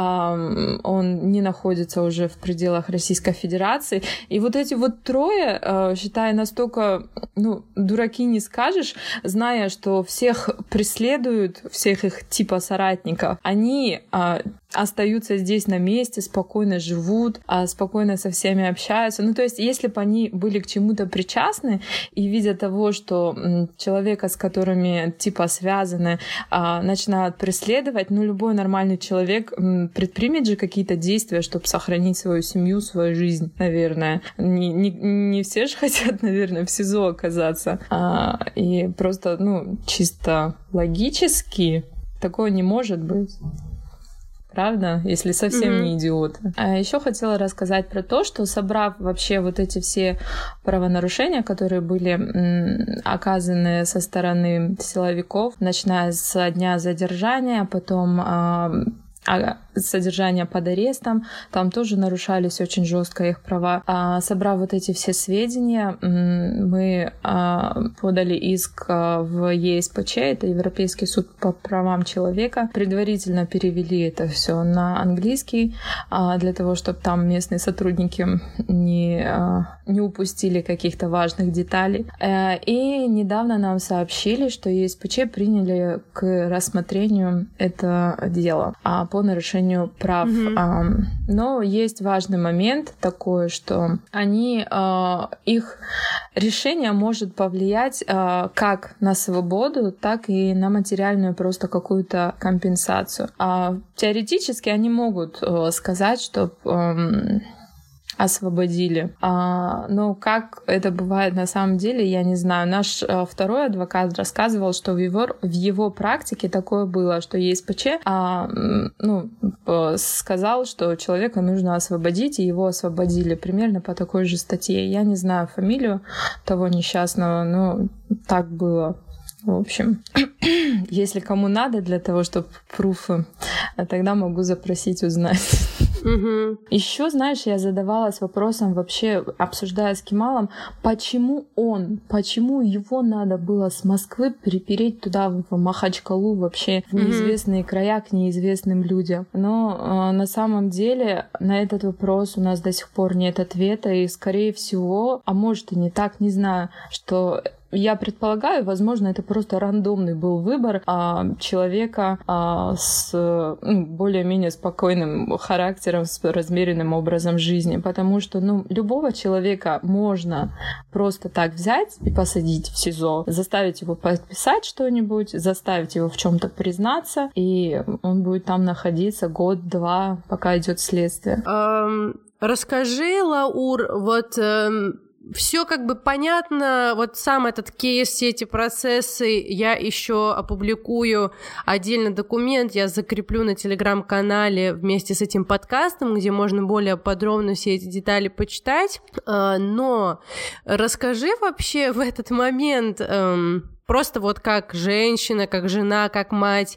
он не находится уже в пределах Российской Федерации. И вот эти вот трое, считай, настолько, ну, дураки не скажешь, зная, что всех преследуют, всех их типа соратников, они остаются здесь на месте, спокойно живут, спокойно со всеми общаются. Ну, то есть, если бы они были к чему-то причастны и видя того, что человека, с которыми типа связаны, начинают преследовать, ну, любой нормальный человек предпримет же какие-то действия, чтобы сохранить свою семью, свою жизнь, наверное. Не, не, не все же хотят, наверное, в СИЗО оказаться. А, и просто, ну, чисто логически такого не может быть. Правда? Если совсем mm-hmm. не идиоты. А еще хотела рассказать про то, что собрав вообще вот эти все правонарушения, которые были м, оказаны со стороны силовиков, начиная с дня задержания, потом а, а, содержания под арестом, там тоже нарушались очень жестко их права. А, собрав вот эти все сведения, мы а, подали иск в Е С П Ч, это Европейский суд по правам человека. Предварительно перевели это все на английский, а, для того, чтобы там местные сотрудники не, а, не упустили каких-то важных деталей. А, и недавно нам сообщили, что Е С П Ч приняли к рассмотрению это дело а, по нарушению прав. Mm-hmm. Но есть важный момент такой, что они, их решение может повлиять как на свободу, так и на материальную просто какую-то компенсацию. Теоретически они могут сказать, что освободили. А, но как это бывает на самом деле, я не знаю. Наш а, второй адвокат рассказывал, что в его, в его практике такое было, что ЕСПЧ а, ну, сказал, что человека нужно освободить, и его освободили примерно по такой же статье. Я не знаю фамилию того несчастного, но так было. В общем, если кому надо для того, чтобы пруфы, тогда могу запросить узнать. Угу. Еще, знаешь, я задавалась вопросом вообще, обсуждая с Кемалом, почему он, почему его надо было с Москвы перепереть туда, в Махачкалу, вообще в неизвестные края к неизвестным людям. Но э, на самом деле на этот вопрос у нас до сих пор нет ответа, и, скорее всего, а может и не так, не знаю, что... Я предполагаю, возможно, это просто рандомный был выбор а, человека а, с ну, более-менее спокойным характером, с размеренным образом жизни, потому что ну, любого человека можно просто так взять и посадить в СИЗО, заставить его подписать что-нибудь, заставить его в чем-то признаться, и он будет там находиться год-два, пока идет следствие. Um, расскажи, Лаур, вот... Um... Все как бы понятно, вот сам этот кейс, все эти процессы, я еще опубликую отдельно документ, я закреплю на телеграм-канале вместе с этим подкастом, где можно более подробно все эти детали почитать, но расскажи вообще в этот момент... Просто вот как женщина, как жена, как мать,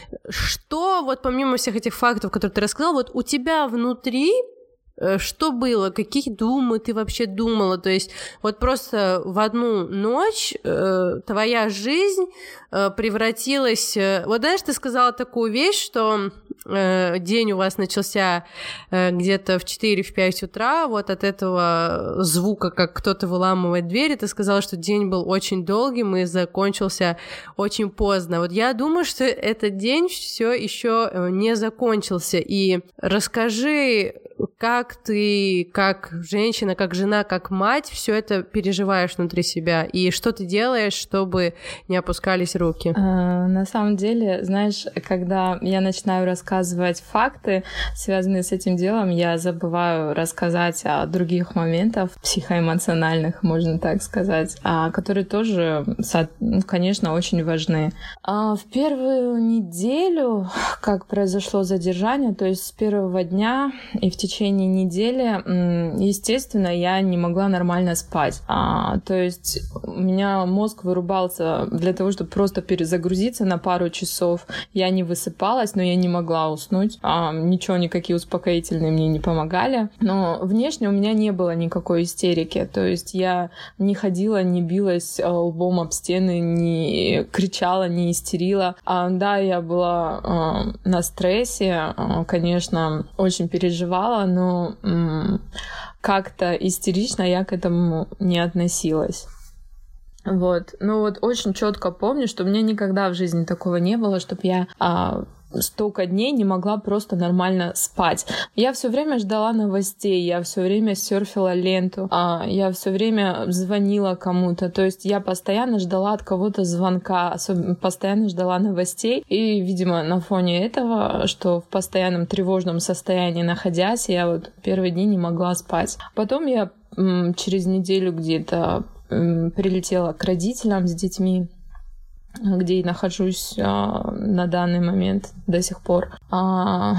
что вот помимо всех этих фактов, которые ты рассказала, вот у тебя внутри что было, какие думы ты вообще думала, то есть вот просто в одну ночь э, твоя жизнь э, превратилась... Э, вот знаешь, ты сказала такую вещь, что э, день у вас начался э, где-то в четыре-пять утра, вот от этого звука, как кто-то выламывает дверь, и ты сказала, что день был очень долгим и закончился очень поздно. Вот я думаю, что этот день все еще не закончился, и расскажи, как ты, как женщина, как жена, как мать, все это переживаешь внутри себя, и что ты делаешь, чтобы не опускались руки? А, на самом деле, знаешь, когда я начинаю рассказывать факты, связанные с этим делом, я забываю рассказать о других моментах психоэмоциональных, можно так сказать, а, которые тоже, конечно, очень важны. А, в первую неделю, как произошло задержание, то есть с первого дня и в течение недели, естественно, я не могла нормально спать. А, то есть у меня мозг вырубался для того, чтобы просто перезагрузиться на пару часов. Я не высыпалась, но я не могла уснуть. А, ничего, никакие успокоительные мне не помогали. Но внешне у меня не было никакой истерики. То есть я не ходила, не билась лбом об стены, не кричала, не истерила. А, да, я была а, на стрессе, а, конечно, очень переживала, но м- как-то истерично я к этому не относилась. Вот. Ну вот очень четко помню, что у меня никогда в жизни такого не было, чтобы я а, столько дней не могла просто нормально спать. Я все время ждала новостей, я все время серфила ленту, а, я все время звонила кому-то. То есть я постоянно ждала от кого-то звонка, особенно постоянно ждала новостей. И, видимо, на фоне этого, что в постоянном тревожном состоянии находясь, я вот первые дни не могла спать. Потом я м- через неделю где-то прилетела к родителям с детьми, где и нахожусь а, на данный момент до сих пор. А,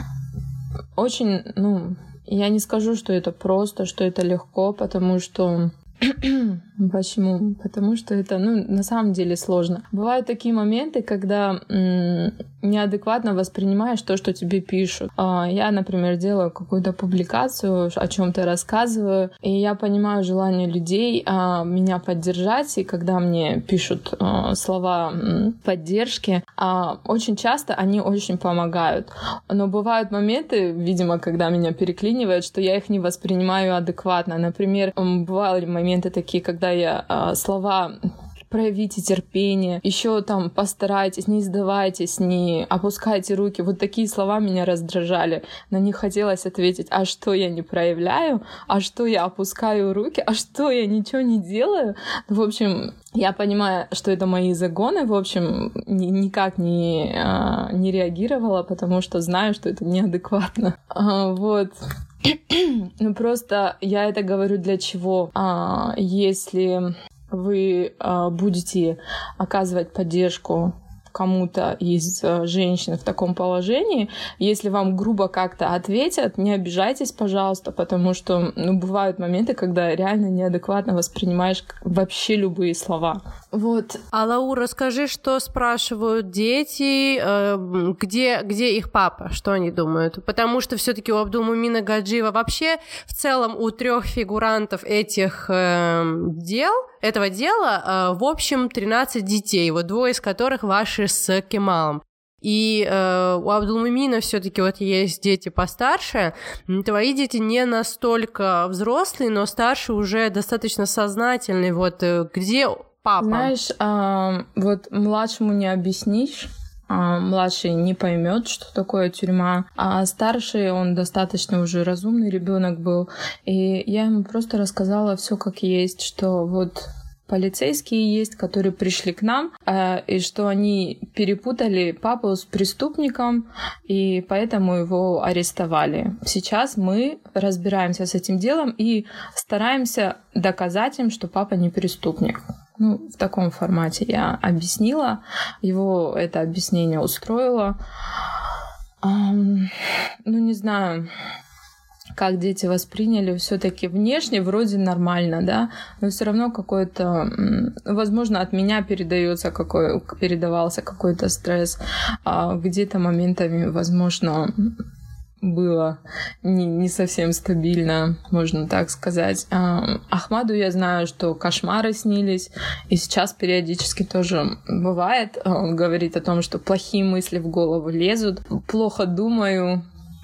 очень, ну, я не скажу, что это просто, что это легко, потому что... Почему? Потому что это, ну, на самом деле сложно. Бывают такие моменты, когда м- неадекватно воспринимаешь то, что тебе пишут. А, я, например, делаю какую-то публикацию, о чем-то рассказываю, и я понимаю желание людей а, меня поддержать, и когда мне пишут а, слова м- поддержки, а, очень часто они очень помогают. Но бывают моменты, видимо, когда меня переклинивает, что я их не воспринимаю адекватно. Например, бывали моменты такие, когда я а, слова проявите терпение, еще там постарайтесь, не сдавайтесь, не опускайте руки. Вот такие слова меня раздражали. На них хотелось ответить, а что я не проявляю, а что я опускаю руки, а что я ничего не делаю. В общем, я понимаю, что это мои загоны, в общем, ни, никак не, а, не реагировала, потому что знаю, что это неадекватно. А, вот. Ну просто я это говорю для чего? А, если вы а, будете оказывать поддержку кому-то из э, женщин в таком положении, если вам грубо как-то ответят, не обижайтесь, пожалуйста, потому что ну, бывают моменты, когда реально неадекватно воспринимаешь вообще любые слова. Вот. А, Лаур, расскажи, что спрашивают дети, э, где, где их папа, что они думают? Потому что все-таки у Абдулмумина Гаджиева вообще в целом у трех фигурантов этих э, дел, этого дела, э, в общем, тринадцать детей, вот двое из которых ваши с Кемалом. И э, у Абдулмумина все-таки вот есть дети постарше. Твои дети не настолько взрослые, но старше уже достаточно сознательные. Вот э, где папа? Знаешь, э, вот младшему не объяснишь. А младший не поймет, что такое тюрьма, а старший, он достаточно уже разумный ребенок был, и я ему просто рассказала все как есть, что вот полицейские есть, которые пришли к нам, и что они перепутали папу с преступником, и поэтому его арестовали. Сейчас мы разбираемся с этим делом и стараемся доказать им, что папа не преступник. Ну, в таком формате я объяснила. Его это объяснение устроило. Um, ну, не знаю, как дети восприняли. Все-таки внешне вроде нормально, да, но все равно какой-то, возможно, от меня передается какой, передавался какой-то стресс. А где-то моментами, возможно, было не, не совсем стабильно, можно так сказать. А, Ахмаду я знаю, что кошмары снились, и сейчас периодически тоже бывает. Он говорит о том, что плохие мысли в голову лезут. Плохо думаю.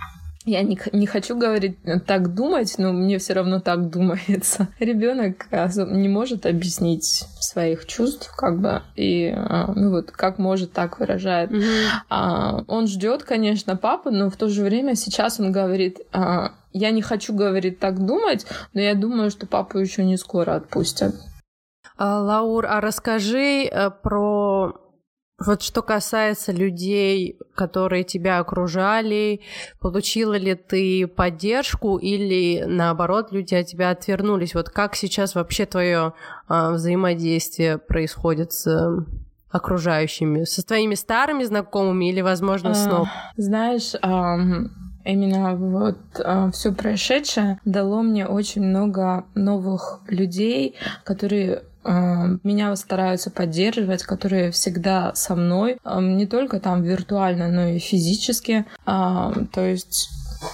Я не, не хочу говорить так думать, но мне все равно так думается. Ребенок не может объяснить своих чувств, как бы, и ну вот как может, так выражает. Mm-hmm. А, он ждет, конечно, папу, но в то же время сейчас он говорит: а, я не хочу, говорит, так думать, но я думаю, что папу еще не скоро отпустят. А, Лаур, а расскажи про вот что касается людей, которые тебя окружали, получила ли ты поддержку или, наоборот, люди от тебя отвернулись? Вот как сейчас вообще твое а, взаимодействие происходит с окружающими? Со твоими старыми знакомыми или, возможно, с новыми? А, знаешь, а, именно вот а, все происшедшее дало мне очень много новых людей, которые меня стараются поддерживать, которые всегда со мной, не только там виртуально, но и физически. То есть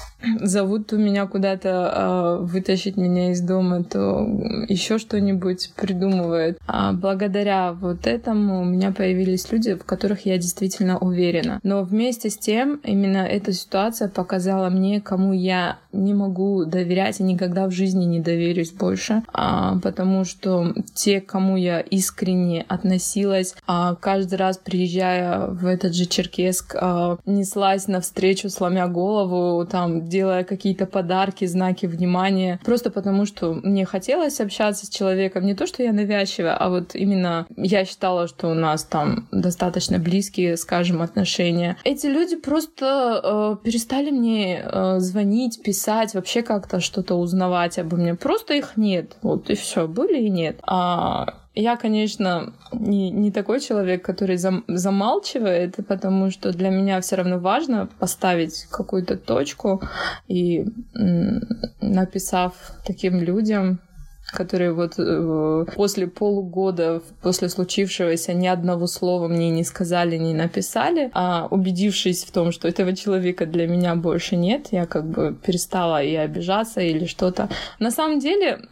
зовут то меня куда-то э, вытащить меня из дома, то еще что-нибудь придумывает. А благодаря вот этому у меня появились люди, в которых я действительно уверена. Но вместе с тем именно эта ситуация показала мне, кому я не могу доверять и никогда в жизни не доверюсь больше, а, потому что те, к кому я искренне относилась, а, каждый раз приезжая в этот же Черкесск, а, неслась навстречу, сломя голову, там делая какие-то подарки, знаки внимания, просто потому что мне хотелось общаться с человеком. Не то, что я навязчивая, а вот именно я считала, что у нас там достаточно близкие, скажем, отношения. Эти люди просто э, перестали мне э, звонить, писать, вообще как-то что-то узнавать обо мне. Просто их нет. Вот и все, были и нет. А я, конечно, не, не такой человек, который зам, замалчивает, потому что для меня все равно важно поставить какую-то точку и м, написав таким людям, которые вот э, после полугода, после случившегося, ни одного слова мне не сказали, не написали, а убедившись в том, что этого человека для меня больше нет, я как бы перестала и обижаться или что-то. На самом деле,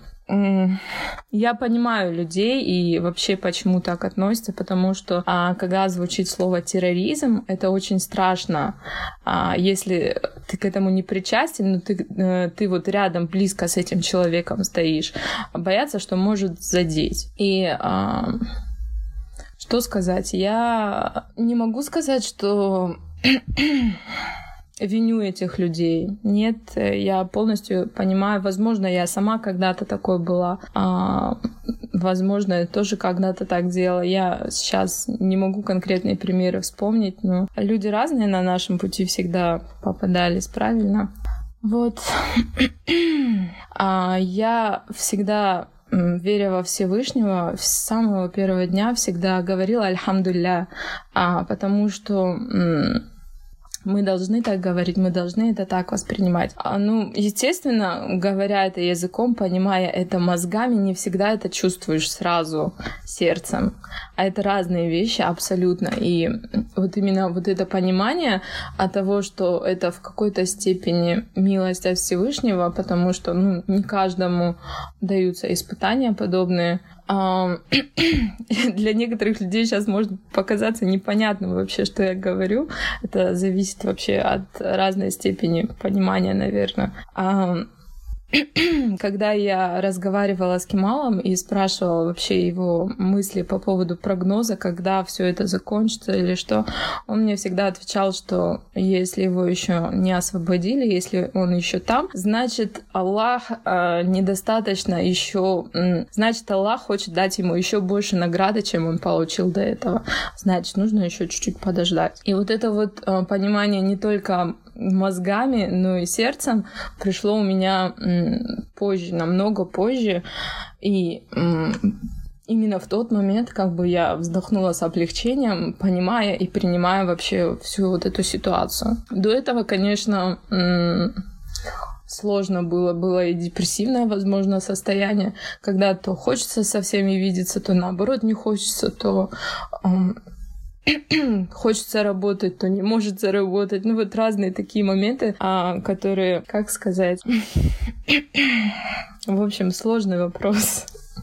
я понимаю людей и вообще почему так относятся, потому что а, когда звучит слово терроризм, это очень страшно. А, если ты к этому не причастен, но ты, ты вот рядом близко с этим человеком стоишь, боятся, что может задеть. И а, что сказать? Я не могу сказать, что виню этих людей. Нет, я полностью понимаю. Возможно, я сама когда-то такой была. А, возможно, я тоже когда-то так делала. Я сейчас не могу конкретные примеры вспомнить, но люди разные на нашем пути всегда попадались, правильно? Вот. Я всегда, веря во Всевышнего, с самого первого дня всегда говорила «Альхамдулля», потому что мы должны так говорить, мы должны это так воспринимать. Ну, естественно, говоря это языком, понимая это мозгами, не всегда это чувствуешь сразу сердцем. А это разные вещи абсолютно. И вот именно вот это понимание от того, что это в какой-то степени милость от Всевышнего, потому что, ну, не каждому даются испытания подобные. Для некоторых людей сейчас может показаться непонятным вообще, что я говорю. Это зависит вообще от разной степени понимания, наверное. Когда я разговаривала с Кемалом и спрашивала вообще его мысли по поводу прогноза, когда все это закончится или что, он мне всегда отвечал, что если его еще не освободили, если он еще там, значит, Аллах э, недостаточно еще, э, значит, Аллах хочет дать ему еще больше награды, чем он получил до этого. Значит, нужно еще чуть-чуть подождать. И вот это вот э, понимание не только мозгами, но и сердцем пришло у меня м, позже, намного позже. И м, именно в тот момент как бы я вздохнула с облегчением, понимая и принимая вообще всю вот эту ситуацию. До этого, конечно, м, сложно было, было и депрессивное, возможно, состояние, когда то хочется со всеми видеться, то наоборот не хочется, то м, хочется работать, то не может заработать. Ну вот разные такие моменты, а, которые, как сказать, в общем, сложный вопрос.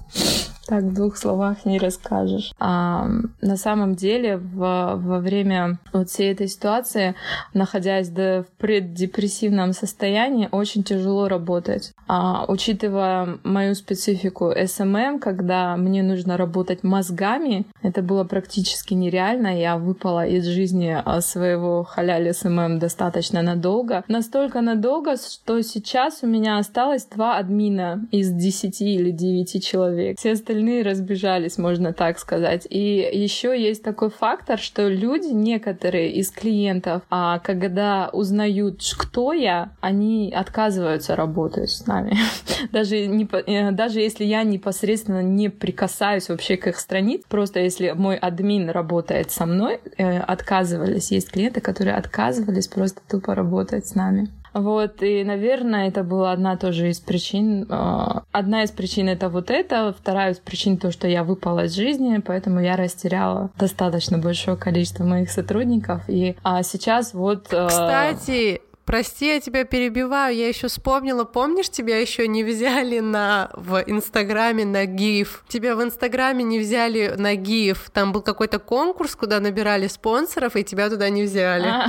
Так в двух словах не расскажешь. А, на самом деле в, во время вот всей этой ситуации, находясь в преддепрессивном состоянии, очень тяжело работать. А, учитывая мою специфику эс эм эм, когда мне нужно работать мозгами, это было практически нереально. Я выпала из жизни своего халяль эс эм эм достаточно надолго. Настолько надолго, что сейчас у меня осталось два админа из десяти или девяти человек. Все остальные разбежались, можно так сказать. И еще есть такой фактор, что люди, некоторые из клиентов, а когда узнают, кто я, они отказываются работать с нами. Даже, не, даже если я непосредственно не прикасаюсь вообще к их странице, просто если мой админ работает со мной, отказывались. Есть клиенты, которые отказывались просто тупо работать с нами. Вот, и, наверное, это была одна тоже из причин. Одна из причин — это вот это, вторая из причин — то, что я выпала из жизни, поэтому я растеряла достаточно большое количество моих сотрудников. И а сейчас вот... Кстати... Прости, я тебя перебиваю, я еще вспомнила, помнишь, тебя еще не взяли на в Инстаграме на гиф? Тебя в Инстаграме не взяли на гиф, там был какой-то конкурс, куда набирали спонсоров, и тебя туда не взяли. А,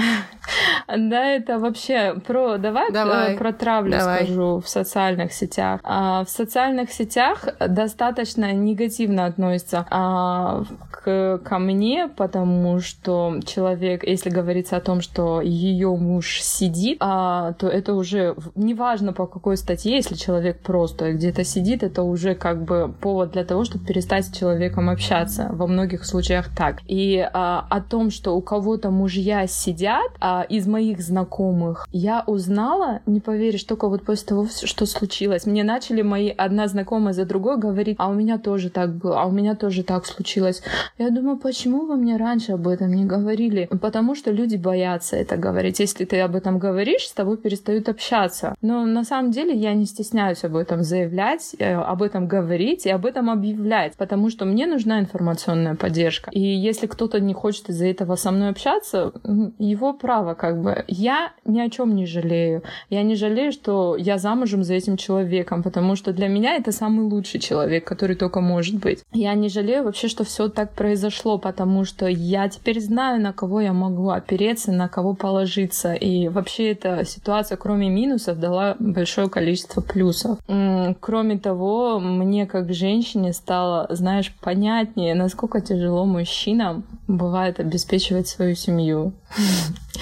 да, это вообще про... Давай, Давай. про травлю Давай. скажу в социальных сетях. А, в социальных сетях достаточно негативно относятся а, к, ко мне, потому что человек, если говорится о том, что ее муж сидит, А, то это уже неважно по какой статье, если человек просто где-то сидит, это уже как бы повод для того, чтобы перестать с человеком общаться. Во многих случаях так. И а, о том, что у кого-то мужья сидят, а, из моих знакомых, я узнала, не поверишь, только вот после того, что случилось. Мне начали мои одна знакомая за другой говорить, а у меня тоже так было, а у меня тоже так случилось. Я думаю, почему вы мне раньше об этом не говорили? Потому что люди боятся это говорить. Если ты об этом говоришь, говоришь, с тобой перестают общаться. Но на самом деле я не стесняюсь об этом заявлять, об этом говорить и об этом объявлять, потому что мне нужна информационная поддержка. И если кто-то не хочет из-за этого со мной общаться, его право как бы. Я ни о чем не жалею. Я не жалею, что я замужем за этим человеком, потому что для меня это самый лучший человек, который только может быть. Я не жалею вообще, что все так произошло, потому что я теперь знаю, на кого я могу опереться, на кого положиться. И вообще эта ситуация, кроме минусов, дала большое количество плюсов. Кроме того, мне как женщине стало, знаешь, понятнее, насколько тяжело мужчинам бывает обеспечивать свою семью.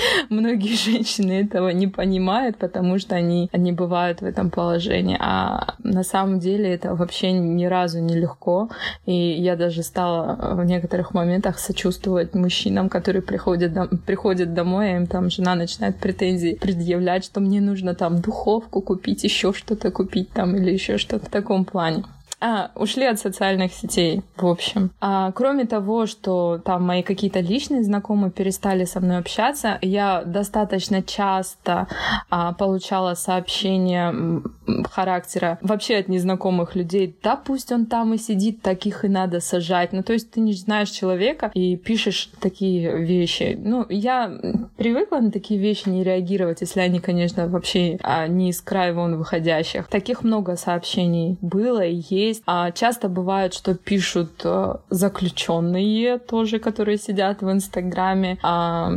многие женщины этого не понимают, потому что они не бывают в этом положении. А на самом деле это вообще ни разу не легко. И я даже стала в некоторых моментах сочувствовать мужчинам, которые приходят, дом- приходят домой, а им там жена начинает претензии предъявлять, что мне нужно там духовку купить, еще что-то купить там или еще что-то в таком плане. А, ушли от социальных сетей, в общем. А, кроме того, что там мои какие-то личные знакомые перестали со мной общаться, я достаточно часто а, получала сообщения характера вообще от незнакомых людей. Да пусть он там и сидит, таких и надо сажать. Ну, то есть ты не знаешь человека и пишешь такие вещи. Ну, я привыкла на такие вещи не реагировать, если они, конечно, вообще а, не из края вон выходящих. Таких много сообщений было и есть. А часто бывает, что пишут а, заключенные тоже, которые сидят в Инстаграме, а,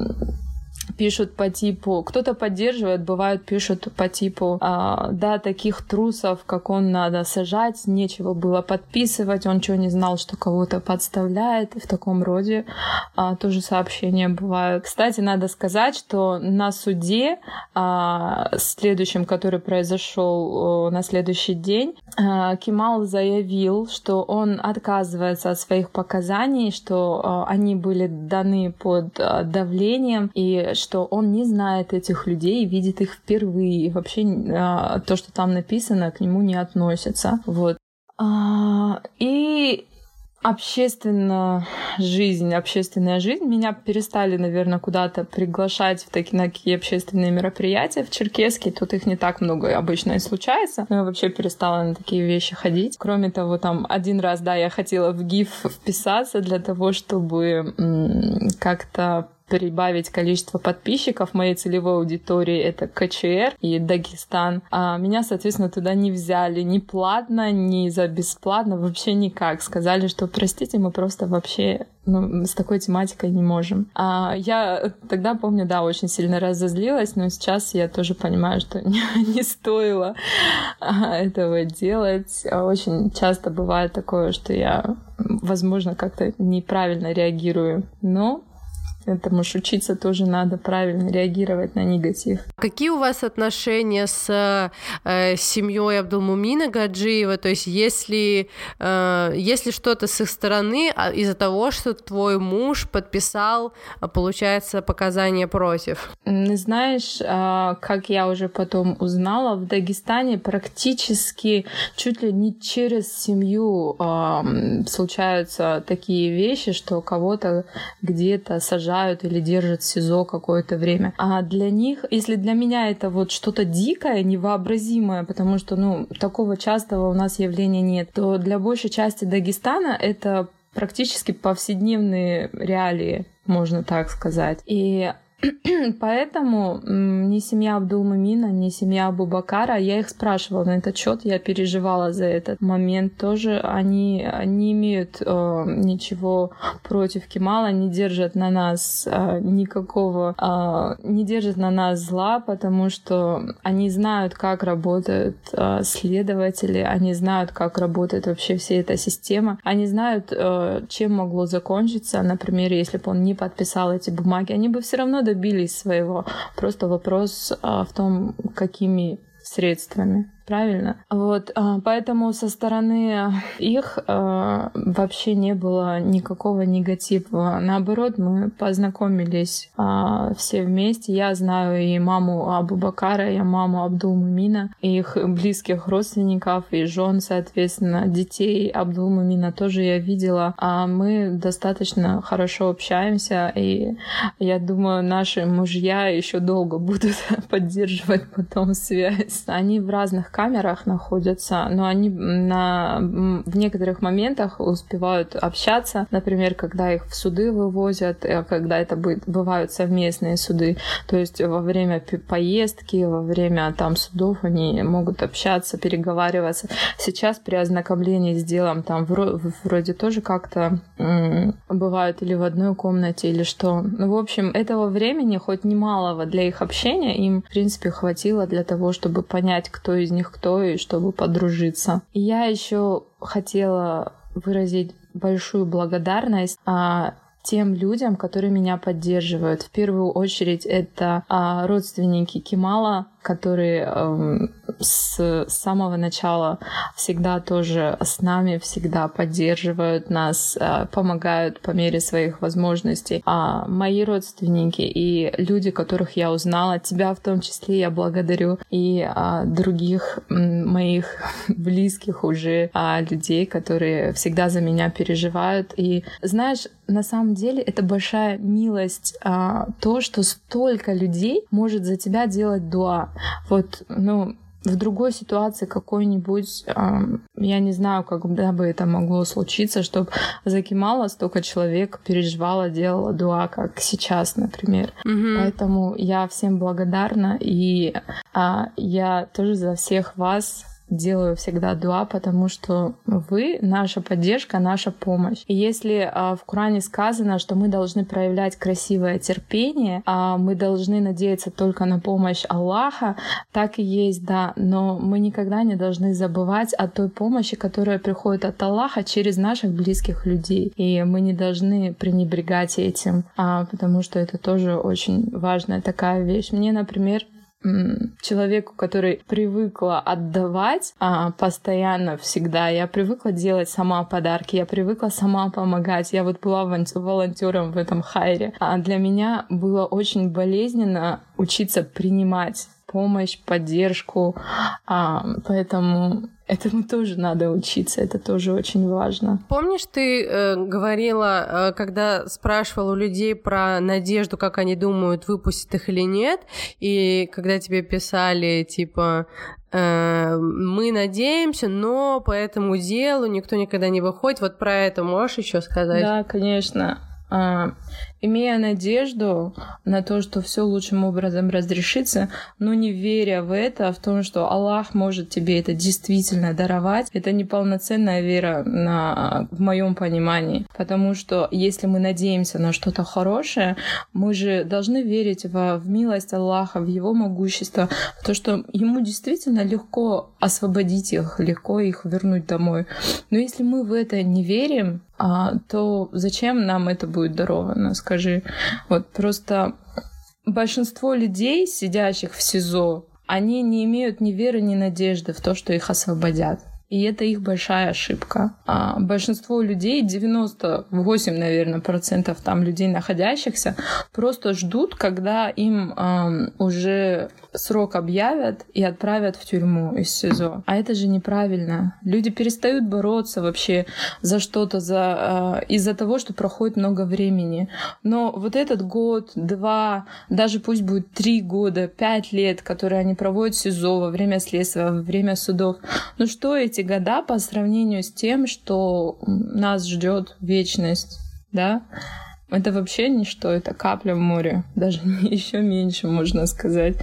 пишут по типу, кто-то поддерживает, бывает пишут по типу, а, да, таких трусов, как он, надо сажать, нечего было подписывать, он что, не знал, что кого-то подставляет, и в таком роде а, тоже сообщения бывают. Кстати, надо сказать, что на суде а, следующем, который произошел на следующий день, а, Кемал заявил, что он отказывается от своих показаний, что а, они были даны под а, давлением, и что он не знает этих людей, видит их впервые, и вообще а, то, что там написано, к нему не относится. Вот. А, и общественная жизнь, общественная жизнь. Меня перестали, наверное, куда-то приглашать в такие, на такие общественные мероприятия в Черкесске. Тут их не так много обычно и случается. Но я вообще перестала на такие вещи ходить. Кроме того, там один раз, да, я хотела в гиф вписаться для того, чтобы м- как-то прибавить количество подписчиков моей целевой аудитории, это КЧР и Дагестан. А меня, соответственно, туда не взяли ни платно, ни за бесплатно, вообще никак. Сказали, что, простите, мы просто вообще ну, с такой тематикой не можем. А я тогда, помню, да, очень сильно разозлилась, но сейчас я тоже понимаю, что не, не стоило этого делать. Очень часто бывает такое, что я, возможно, как-то неправильно реагирую, но этому ж учиться тоже надо правильно реагировать на негатив. Какие у вас отношения с э, семьей Абдулмумина Гаджиева? То есть если, э, если что-то с их стороны из-за того, что твой муж подписал, получается, показания против? Знаешь, как я уже потом узнала, в Дагестане практически чуть ли не через семью э, случаются такие вещи, что кого-то где-то сажают или держат в СИЗО какое-то время. А для них, если для меня это вот что-то дикое, невообразимое, потому что, ну, такого частого у нас явления нет, то для большей части Дагестана это практически повседневные реалии, можно так сказать. И поэтому ни семья Абдулмумина, ни семья Абубакара, я их спрашивала на этот счет, я переживала за этот момент тоже. Они не имеют э, ничего против Кемала, не держат на нас э, никакого, э, не держат на нас зла, потому что они знают, как работают э, следователи, они знают, как работает вообще вся эта система, они знают, э, чем могло закончиться, например, если бы он не подписал эти бумаги, они бы все равно добились своего. Просто вопрос а, в том, какими средствами. Правильно? Вот, поэтому со стороны их э, вообще не было никакого негатива. Наоборот, мы познакомились э, все вместе. Я знаю и маму Абубакара, и маму Абдулмумина, и их близких родственников, и жен, соответственно, детей Абдулмумина тоже я видела. А мы достаточно хорошо общаемся, и я думаю, наши мужья еще долго будут поддерживать потом связь. Они в разных камерах находятся, но они на, в некоторых моментах успевают общаться, например, когда их в суды вывозят, когда это бывают совместные суды, то есть во время поездки, во время там судов они могут общаться, переговариваться. Сейчас при ознакомлении с делом там вроде тоже как-то м- бывают или в одной комнате, или что. Ну, в общем, этого времени, хоть немалого для их общения, им, в принципе, хватило для того, чтобы понять, кто из них кто, и чтобы подружиться. И я еще хотела выразить большую благодарность а, тем людям, которые меня поддерживают. В первую очередь это а, родственники Кемала, которые э, с самого начала всегда тоже с нами, всегда поддерживают нас, э, помогают по мере своих возможностей. А мои родственники и люди, которых я узнала, тебя в том числе я благодарю, и а, других м, моих близких уже а, людей, которые всегда за меня переживают. И знаешь, на самом деле это большая милость, а, то, что столько людей может за тебя делать дуа. Вот, ну, в другой ситуации какой-нибудь, э, я не знаю, когда бы это могло случиться, чтобы за Кемала столько человек переживало, делало дуа, как сейчас, например. Mm-hmm. Поэтому я всем благодарна, и э, я тоже за всех вас делаю всегда дуа, потому что вы — наша поддержка, наша помощь. И если а, в Коране сказано, что мы должны проявлять красивое терпение, а мы должны надеяться только на помощь Аллаха, так и есть, да, но мы никогда не должны забывать о той помощи, которая приходит от Аллаха через наших близких людей. И мы не должны пренебрегать этим, а, потому что это тоже очень важная такая вещь. Мне, например, человеку, который привыкла отдавать а, постоянно, всегда. Я привыкла делать сама подарки, я привыкла сама помогать. Я вот была волонтером в этом хайре. А для меня было очень болезненно учиться принимать помощь, поддержку. А, поэтому этому тоже надо учиться, это тоже очень важно. Помнишь, ты э, говорила, э, когда спрашивала у людей про надежду, как они думают, выпустят их или нет, и когда тебе писали, типа, э, мы надеемся, но по этому делу никто никогда не выходит, вот про это можешь еще сказать? Да, конечно. А, имея надежду на то, что все лучшим образом разрешится, но не веря в это, в том, что Аллах может тебе это действительно даровать, это неполноценная вера на, в моем понимании. Потому что если мы надеемся на что-то хорошее, мы же должны верить в, в милость Аллаха, в Его могущество, в то, что Ему действительно легко освободить их, легко их вернуть домой. Но если мы в это не верим, а, то зачем нам это будет даровано, скажи? Вот просто большинство людей, сидящих в СИЗО, они не имеют ни веры, ни надежды в то, что их освободят. И это их большая ошибка. А большинство людей, девяносто восемь, наверное, процентов там людей, находящихся, просто ждут, когда им эм, уже срок объявят и отправят в тюрьму из СИЗО. А это же неправильно. Люди перестают бороться вообще за что-то за, э, из-за того, что проходит много времени. Но вот этот год, два, даже пусть будет три года, пять лет, которые они проводят в СИЗО во время следствия, во время судов, ну что эти эти года по сравнению с тем, что нас ждет вечность, да? Это вообще ничто, это капля в море, даже еще меньше, можно сказать.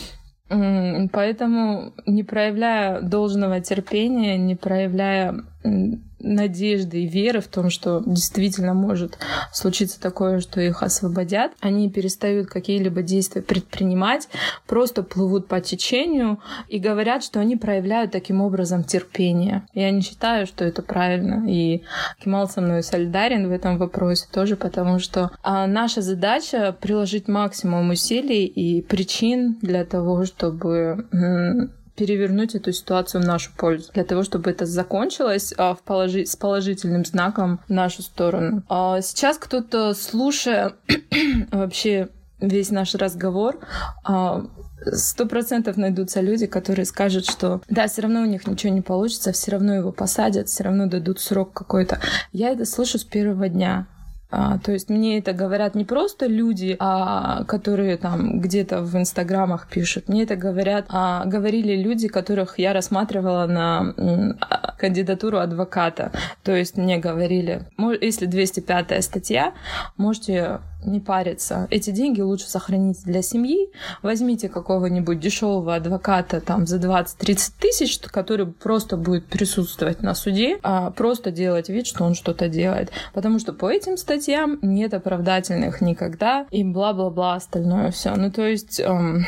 Поэтому, не проявляя должного терпения, не проявляя надежды и веры в том, что действительно может случиться такое, что их освободят, они перестают какие-либо действия предпринимать, просто плывут по течению и говорят, что они проявляют таким образом терпение. Я не считаю, что это правильно. И Кемал со мной солидарен в этом вопросе тоже, потому что а, наша задача — приложить максимум усилий и причин для того, чтобы м- перевернуть эту ситуацию в нашу пользу, для того, чтобы это закончилось а, в положи- с положительным знаком в нашу сторону. А сейчас кто-то, слушая вообще весь наш разговор, сто процентов найдутся люди, которые скажут, что да, все равно у них ничего не получится, все равно его посадят, все равно дадут срок какой-то. Я это слышу с первого дня. А, то есть мне это говорят не просто люди, а, которые там где-то в инстаграмах пишут. Мне это говорят, а, говорили люди, которых я рассматривала на м, кандидатуру адвоката. То есть мне говорили, если двести пятая статья, можете не париться. Эти деньги лучше сохраните для семьи. Возьмите какого-нибудь дешевого адвоката там за двадцать-тридцать тысяч, который просто будет присутствовать на суде, а просто делать вид, что он что-то делает. Потому что по этим статьям нет оправдательных никогда и бла-бла-бла остальное все. Ну, то есть эм,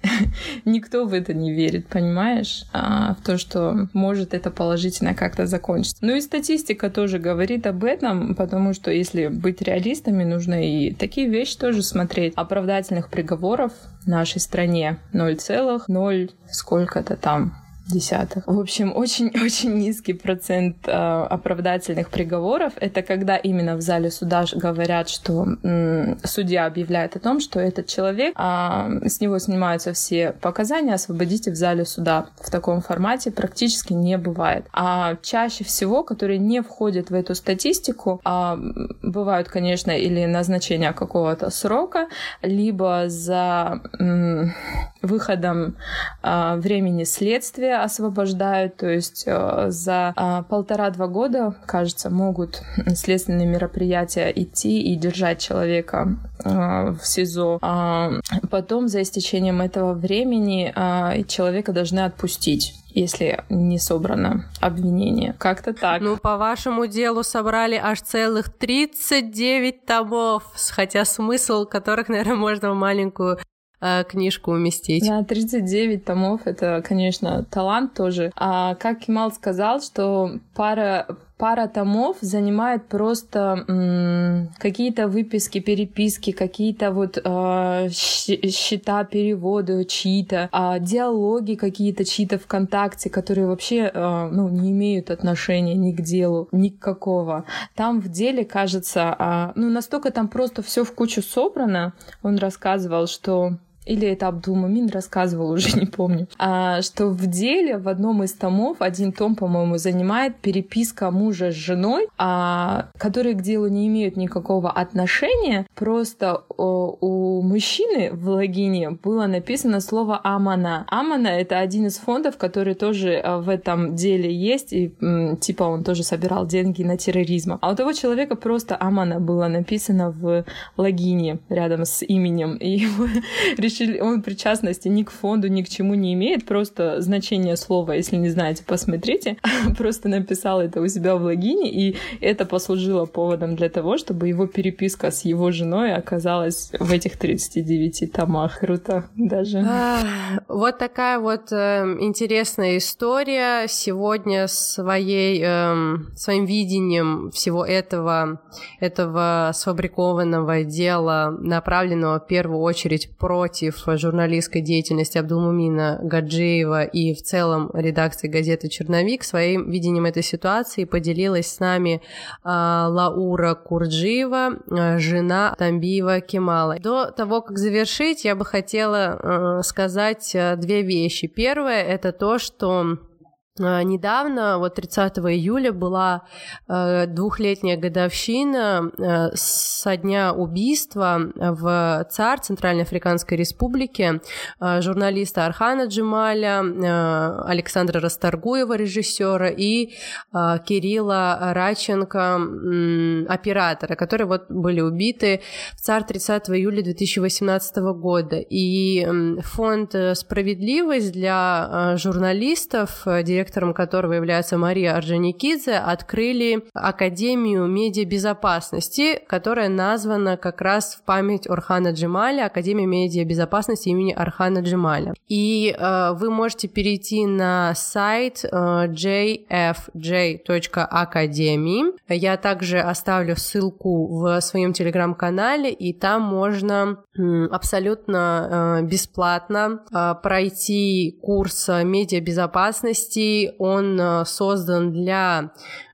никто в это не верит, понимаешь? А, в то, что может это положительно как-то закончиться. Ну и статистика тоже говорит об этом, потому что если быть реалистами, нужно и такие вещи тоже смотреть. Оправдательных приговоров в нашей стране ноль целых ноль сколько-то там десятых. В общем, очень-очень низкий процент э, оправдательных приговоров. Это когда именно в зале суда говорят, что м, судья объявляет о том, что этот человек, э, с него снимаются все показания, освободите в зале суда. В таком формате практически не бывает. А чаще всего, которые не входят в эту статистику, э, бывают, конечно, или назначение какого-то срока, либо за м, выходом э, времени следствия освобождают, то есть э, за э, полтора-два года, кажется, могут следственные мероприятия идти и держать человека э, в СИЗО. А потом за истечением этого времени э, человека должны отпустить, если не собрано обвинение. Как-то так. Ну, по вашему делу собрали аж целых тридцать девять томов, хотя смысл которых, наверное, можно в маленькую книжку уместить. Да, тридцать девять томов — это, конечно, талант тоже. А как Кемал сказал, что пара Пара томов занимает просто м, какие-то выписки, переписки, какие-то вот э, счета, переводы чьи-то, э, диалоги какие-то чьи-то ВКонтакте, которые вообще э, ну, не имеют отношения ни к делу, никакого. Там в деле, кажется, э, ну настолько там просто все в кучу собрано. Он рассказывал, что... Или это Абдул-Мумин рассказывал, уже не помню, а, что в деле в одном из томов, один том, по-моему, занимает переписка мужа с женой, а, которые к делу не имеют никакого отношения. Просто о, у мужчины в логине было написано слово «Амана». «Амана» — это один из фондов, который тоже в этом деле есть, и м, типа он тоже собирал деньги на терроризм. А у того человека просто «Амана» было написано в логине рядом с именем, и его решили, он причастности ни к фонду, ни к чему не имеет, просто значение слова, если не знаете, посмотрите. Просто написал это у себя в логине, и это послужило поводом для того, чтобы его переписка с его женой оказалась в этих тридцати девяти томах. Круто даже. Вот такая вот э, интересная история. Сегодня своей, э, своим видением всего этого, этого сфабрикованного дела, направленного в первую очередь против журналистской деятельности Абдулмумина Гаджиева и в целом редакции газеты «Черновик», своим видением этой ситуации поделилась с нами э, Лаура Курджиева, э, жена Тамбиева Кемала. До того, как завершить, я бы хотела э, сказать э, две вещи. Первое — это то, что недавно, вот тридцатого июля, была э, двухлетняя годовщина э, со дня убийства в ЦАР, Центральной Африканской Республике, э, журналиста Орхана Джемаля, э, Александра Расторгуева, режиссера, и э, Кирилла Радченко, э, оператора, которые вот были убиты в ЦАР тридцатого июля две тысячи восемнадцатого года. И э, фонд «Справедливость» для э, журналистов, директором которого является Мария Орджоникидзе, открыли Академию медиабезопасности, которая названа как раз в память Орхана Джемаля, Академия медиабезопасности имени Орхана Джемаля. И э, вы можете перейти на сайт э, джей эф джей точка академи. Я также оставлю ссылку в своем телеграм-канале, и там можно э, абсолютно э, бесплатно э, пройти курс медиабезопасности. Он создан для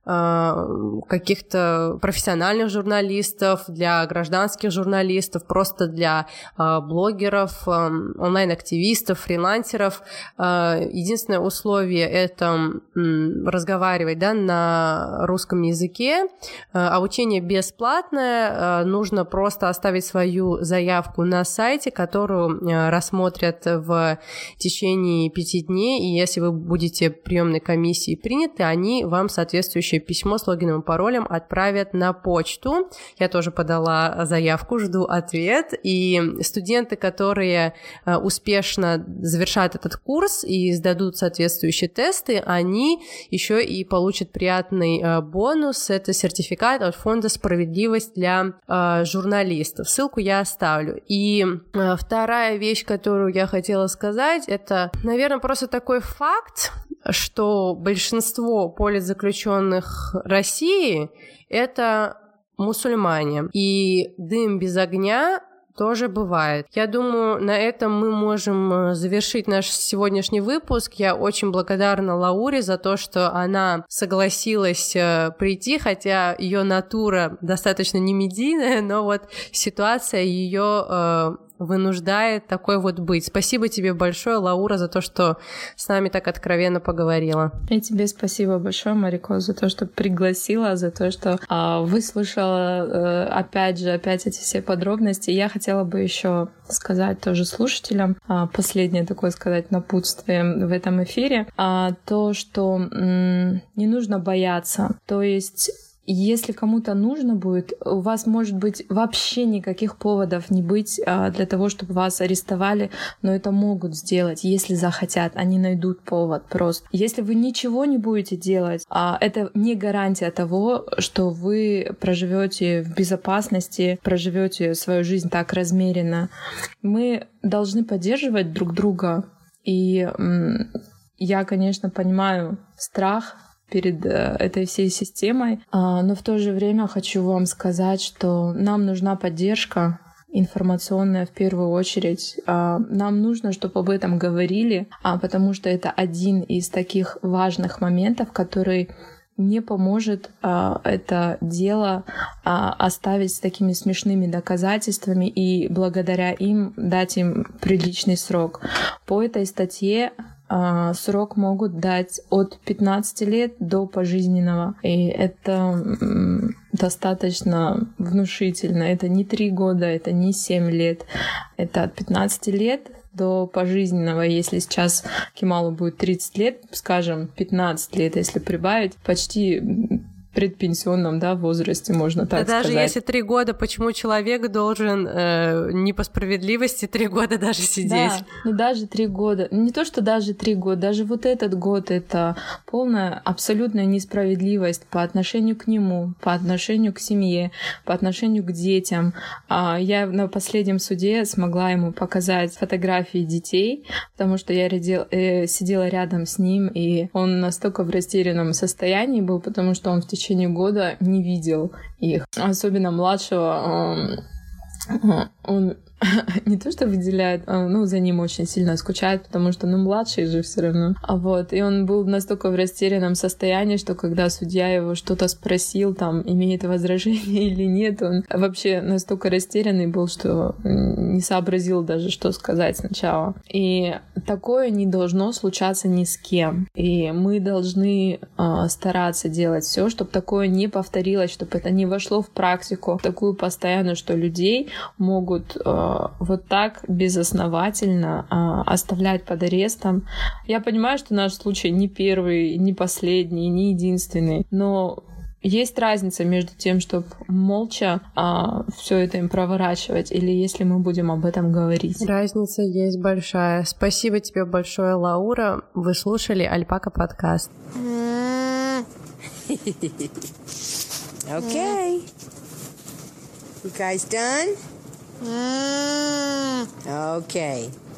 каких-то профессиональных журналистов, для гражданских журналистов, просто для э, блогеров, э, онлайн-активистов, фрилансеров. Э, единственное условие — это э, разговаривать, да, на русском языке. Э, обучение бесплатное, э, нужно просто оставить свою заявку на сайте, которую э, рассмотрят в течение пяти дней, и если вы будете приемной комиссией приняты, они вам соответствующие соответствующее письмо с логином и паролем отправят на почту. Я тоже подала заявку, жду ответ. И студенты, которые успешно завершат этот курс и сдадут соответствующие тесты, они еще и получат приятный бонус. Это сертификат от Фонда «Справедливость» для журналистов. Ссылку я оставлю. И вторая вещь, которую я хотела сказать, это, наверное, просто такой факт, что большинство политзаключенных России — это мусульмане. И дым без огня тоже бывает. Я думаю, на этом мы можем завершить наш сегодняшний выпуск. Я очень благодарна Лауре за то, что она согласилась прийти, хотя ее натура достаточно немедийная, но вот ситуация ее вынуждает такой вот быть. Спасибо тебе большое, Лаура, за то, что с нами так откровенно поговорила. И тебе спасибо большое, Марико, за то, что пригласила, за то, что а, выслушала а, опять же, опять эти все подробности. Я хотела бы еще сказать тоже слушателям, а, последнее такое сказать напутствие в этом эфире, а, то, что м- не нужно бояться. То есть если кому-то нужно будет, у вас может быть вообще никаких поводов не быть а, для того, чтобы вас арестовали, но это могут сделать, если захотят, они найдут повод просто. Если вы ничего не будете делать, а, это не гарантия того, что вы проживете в безопасности, проживете свою жизнь так размеренно. Мы должны поддерживать друг друга, и м- я, конечно, понимаю страх перед этой всей системой, но в то же время хочу вам сказать, что нам нужна поддержка информационная в первую очередь. Нам нужно, чтобы об этом говорили, потому что это один из таких важных моментов, который не поможет а, это дело а, оставить с такими смешными доказательствами и благодаря им дать им приличный срок. По этой статье а, срок могут дать от пятнадцати лет до пожизненного. И это м, достаточно внушительно. Это не три года, это не семь лет. Это от пятнадцати лет до пожизненного. Если сейчас Кемалу будет тридцать лет, скажем, пятнадцать лет, если прибавить, почти предпенсионном, да, возрасте, можно так да сказать. Даже если три года, почему человек должен э, не по справедливости три года даже сидеть? Да, ну даже три года. Не то, что даже три года, даже вот этот год — это полная, абсолютная несправедливость по отношению к нему, по отношению к семье, по отношению к детям. А я на последнем суде смогла ему показать фотографии детей, потому что я рядил, э, сидела рядом с ним, и он настолько в растерянном состоянии был, потому что он в течение В течение года не видел их. Особенно младшего, он не то что выделяет, ну, за ним очень сильно скучает, потому что, ну, младший же все равно. А вот, и он был настолько в растерянном состоянии, что когда судья его что-то спросил, там, имеет возражение или нет, он вообще настолько растерянный был, что не сообразил даже, что сказать сначала. И такое не должно случаться ни с кем. И мы должны э, стараться делать все, чтобы такое не повторилось, чтобы это не вошло в практику такую постоянную, что людей могут э, вот так безосновательно а, оставлять под арестом. Я понимаю, что наш случай не первый, не последний, не единственный, но есть разница между тем, чтобы молча а, все это им проворачивать, или если мы будем об этом говорить. Разница есть большая. Спасибо тебе большое, Лаура. Вы слушали Альпака подкаст. Okay. You guys done? Okay.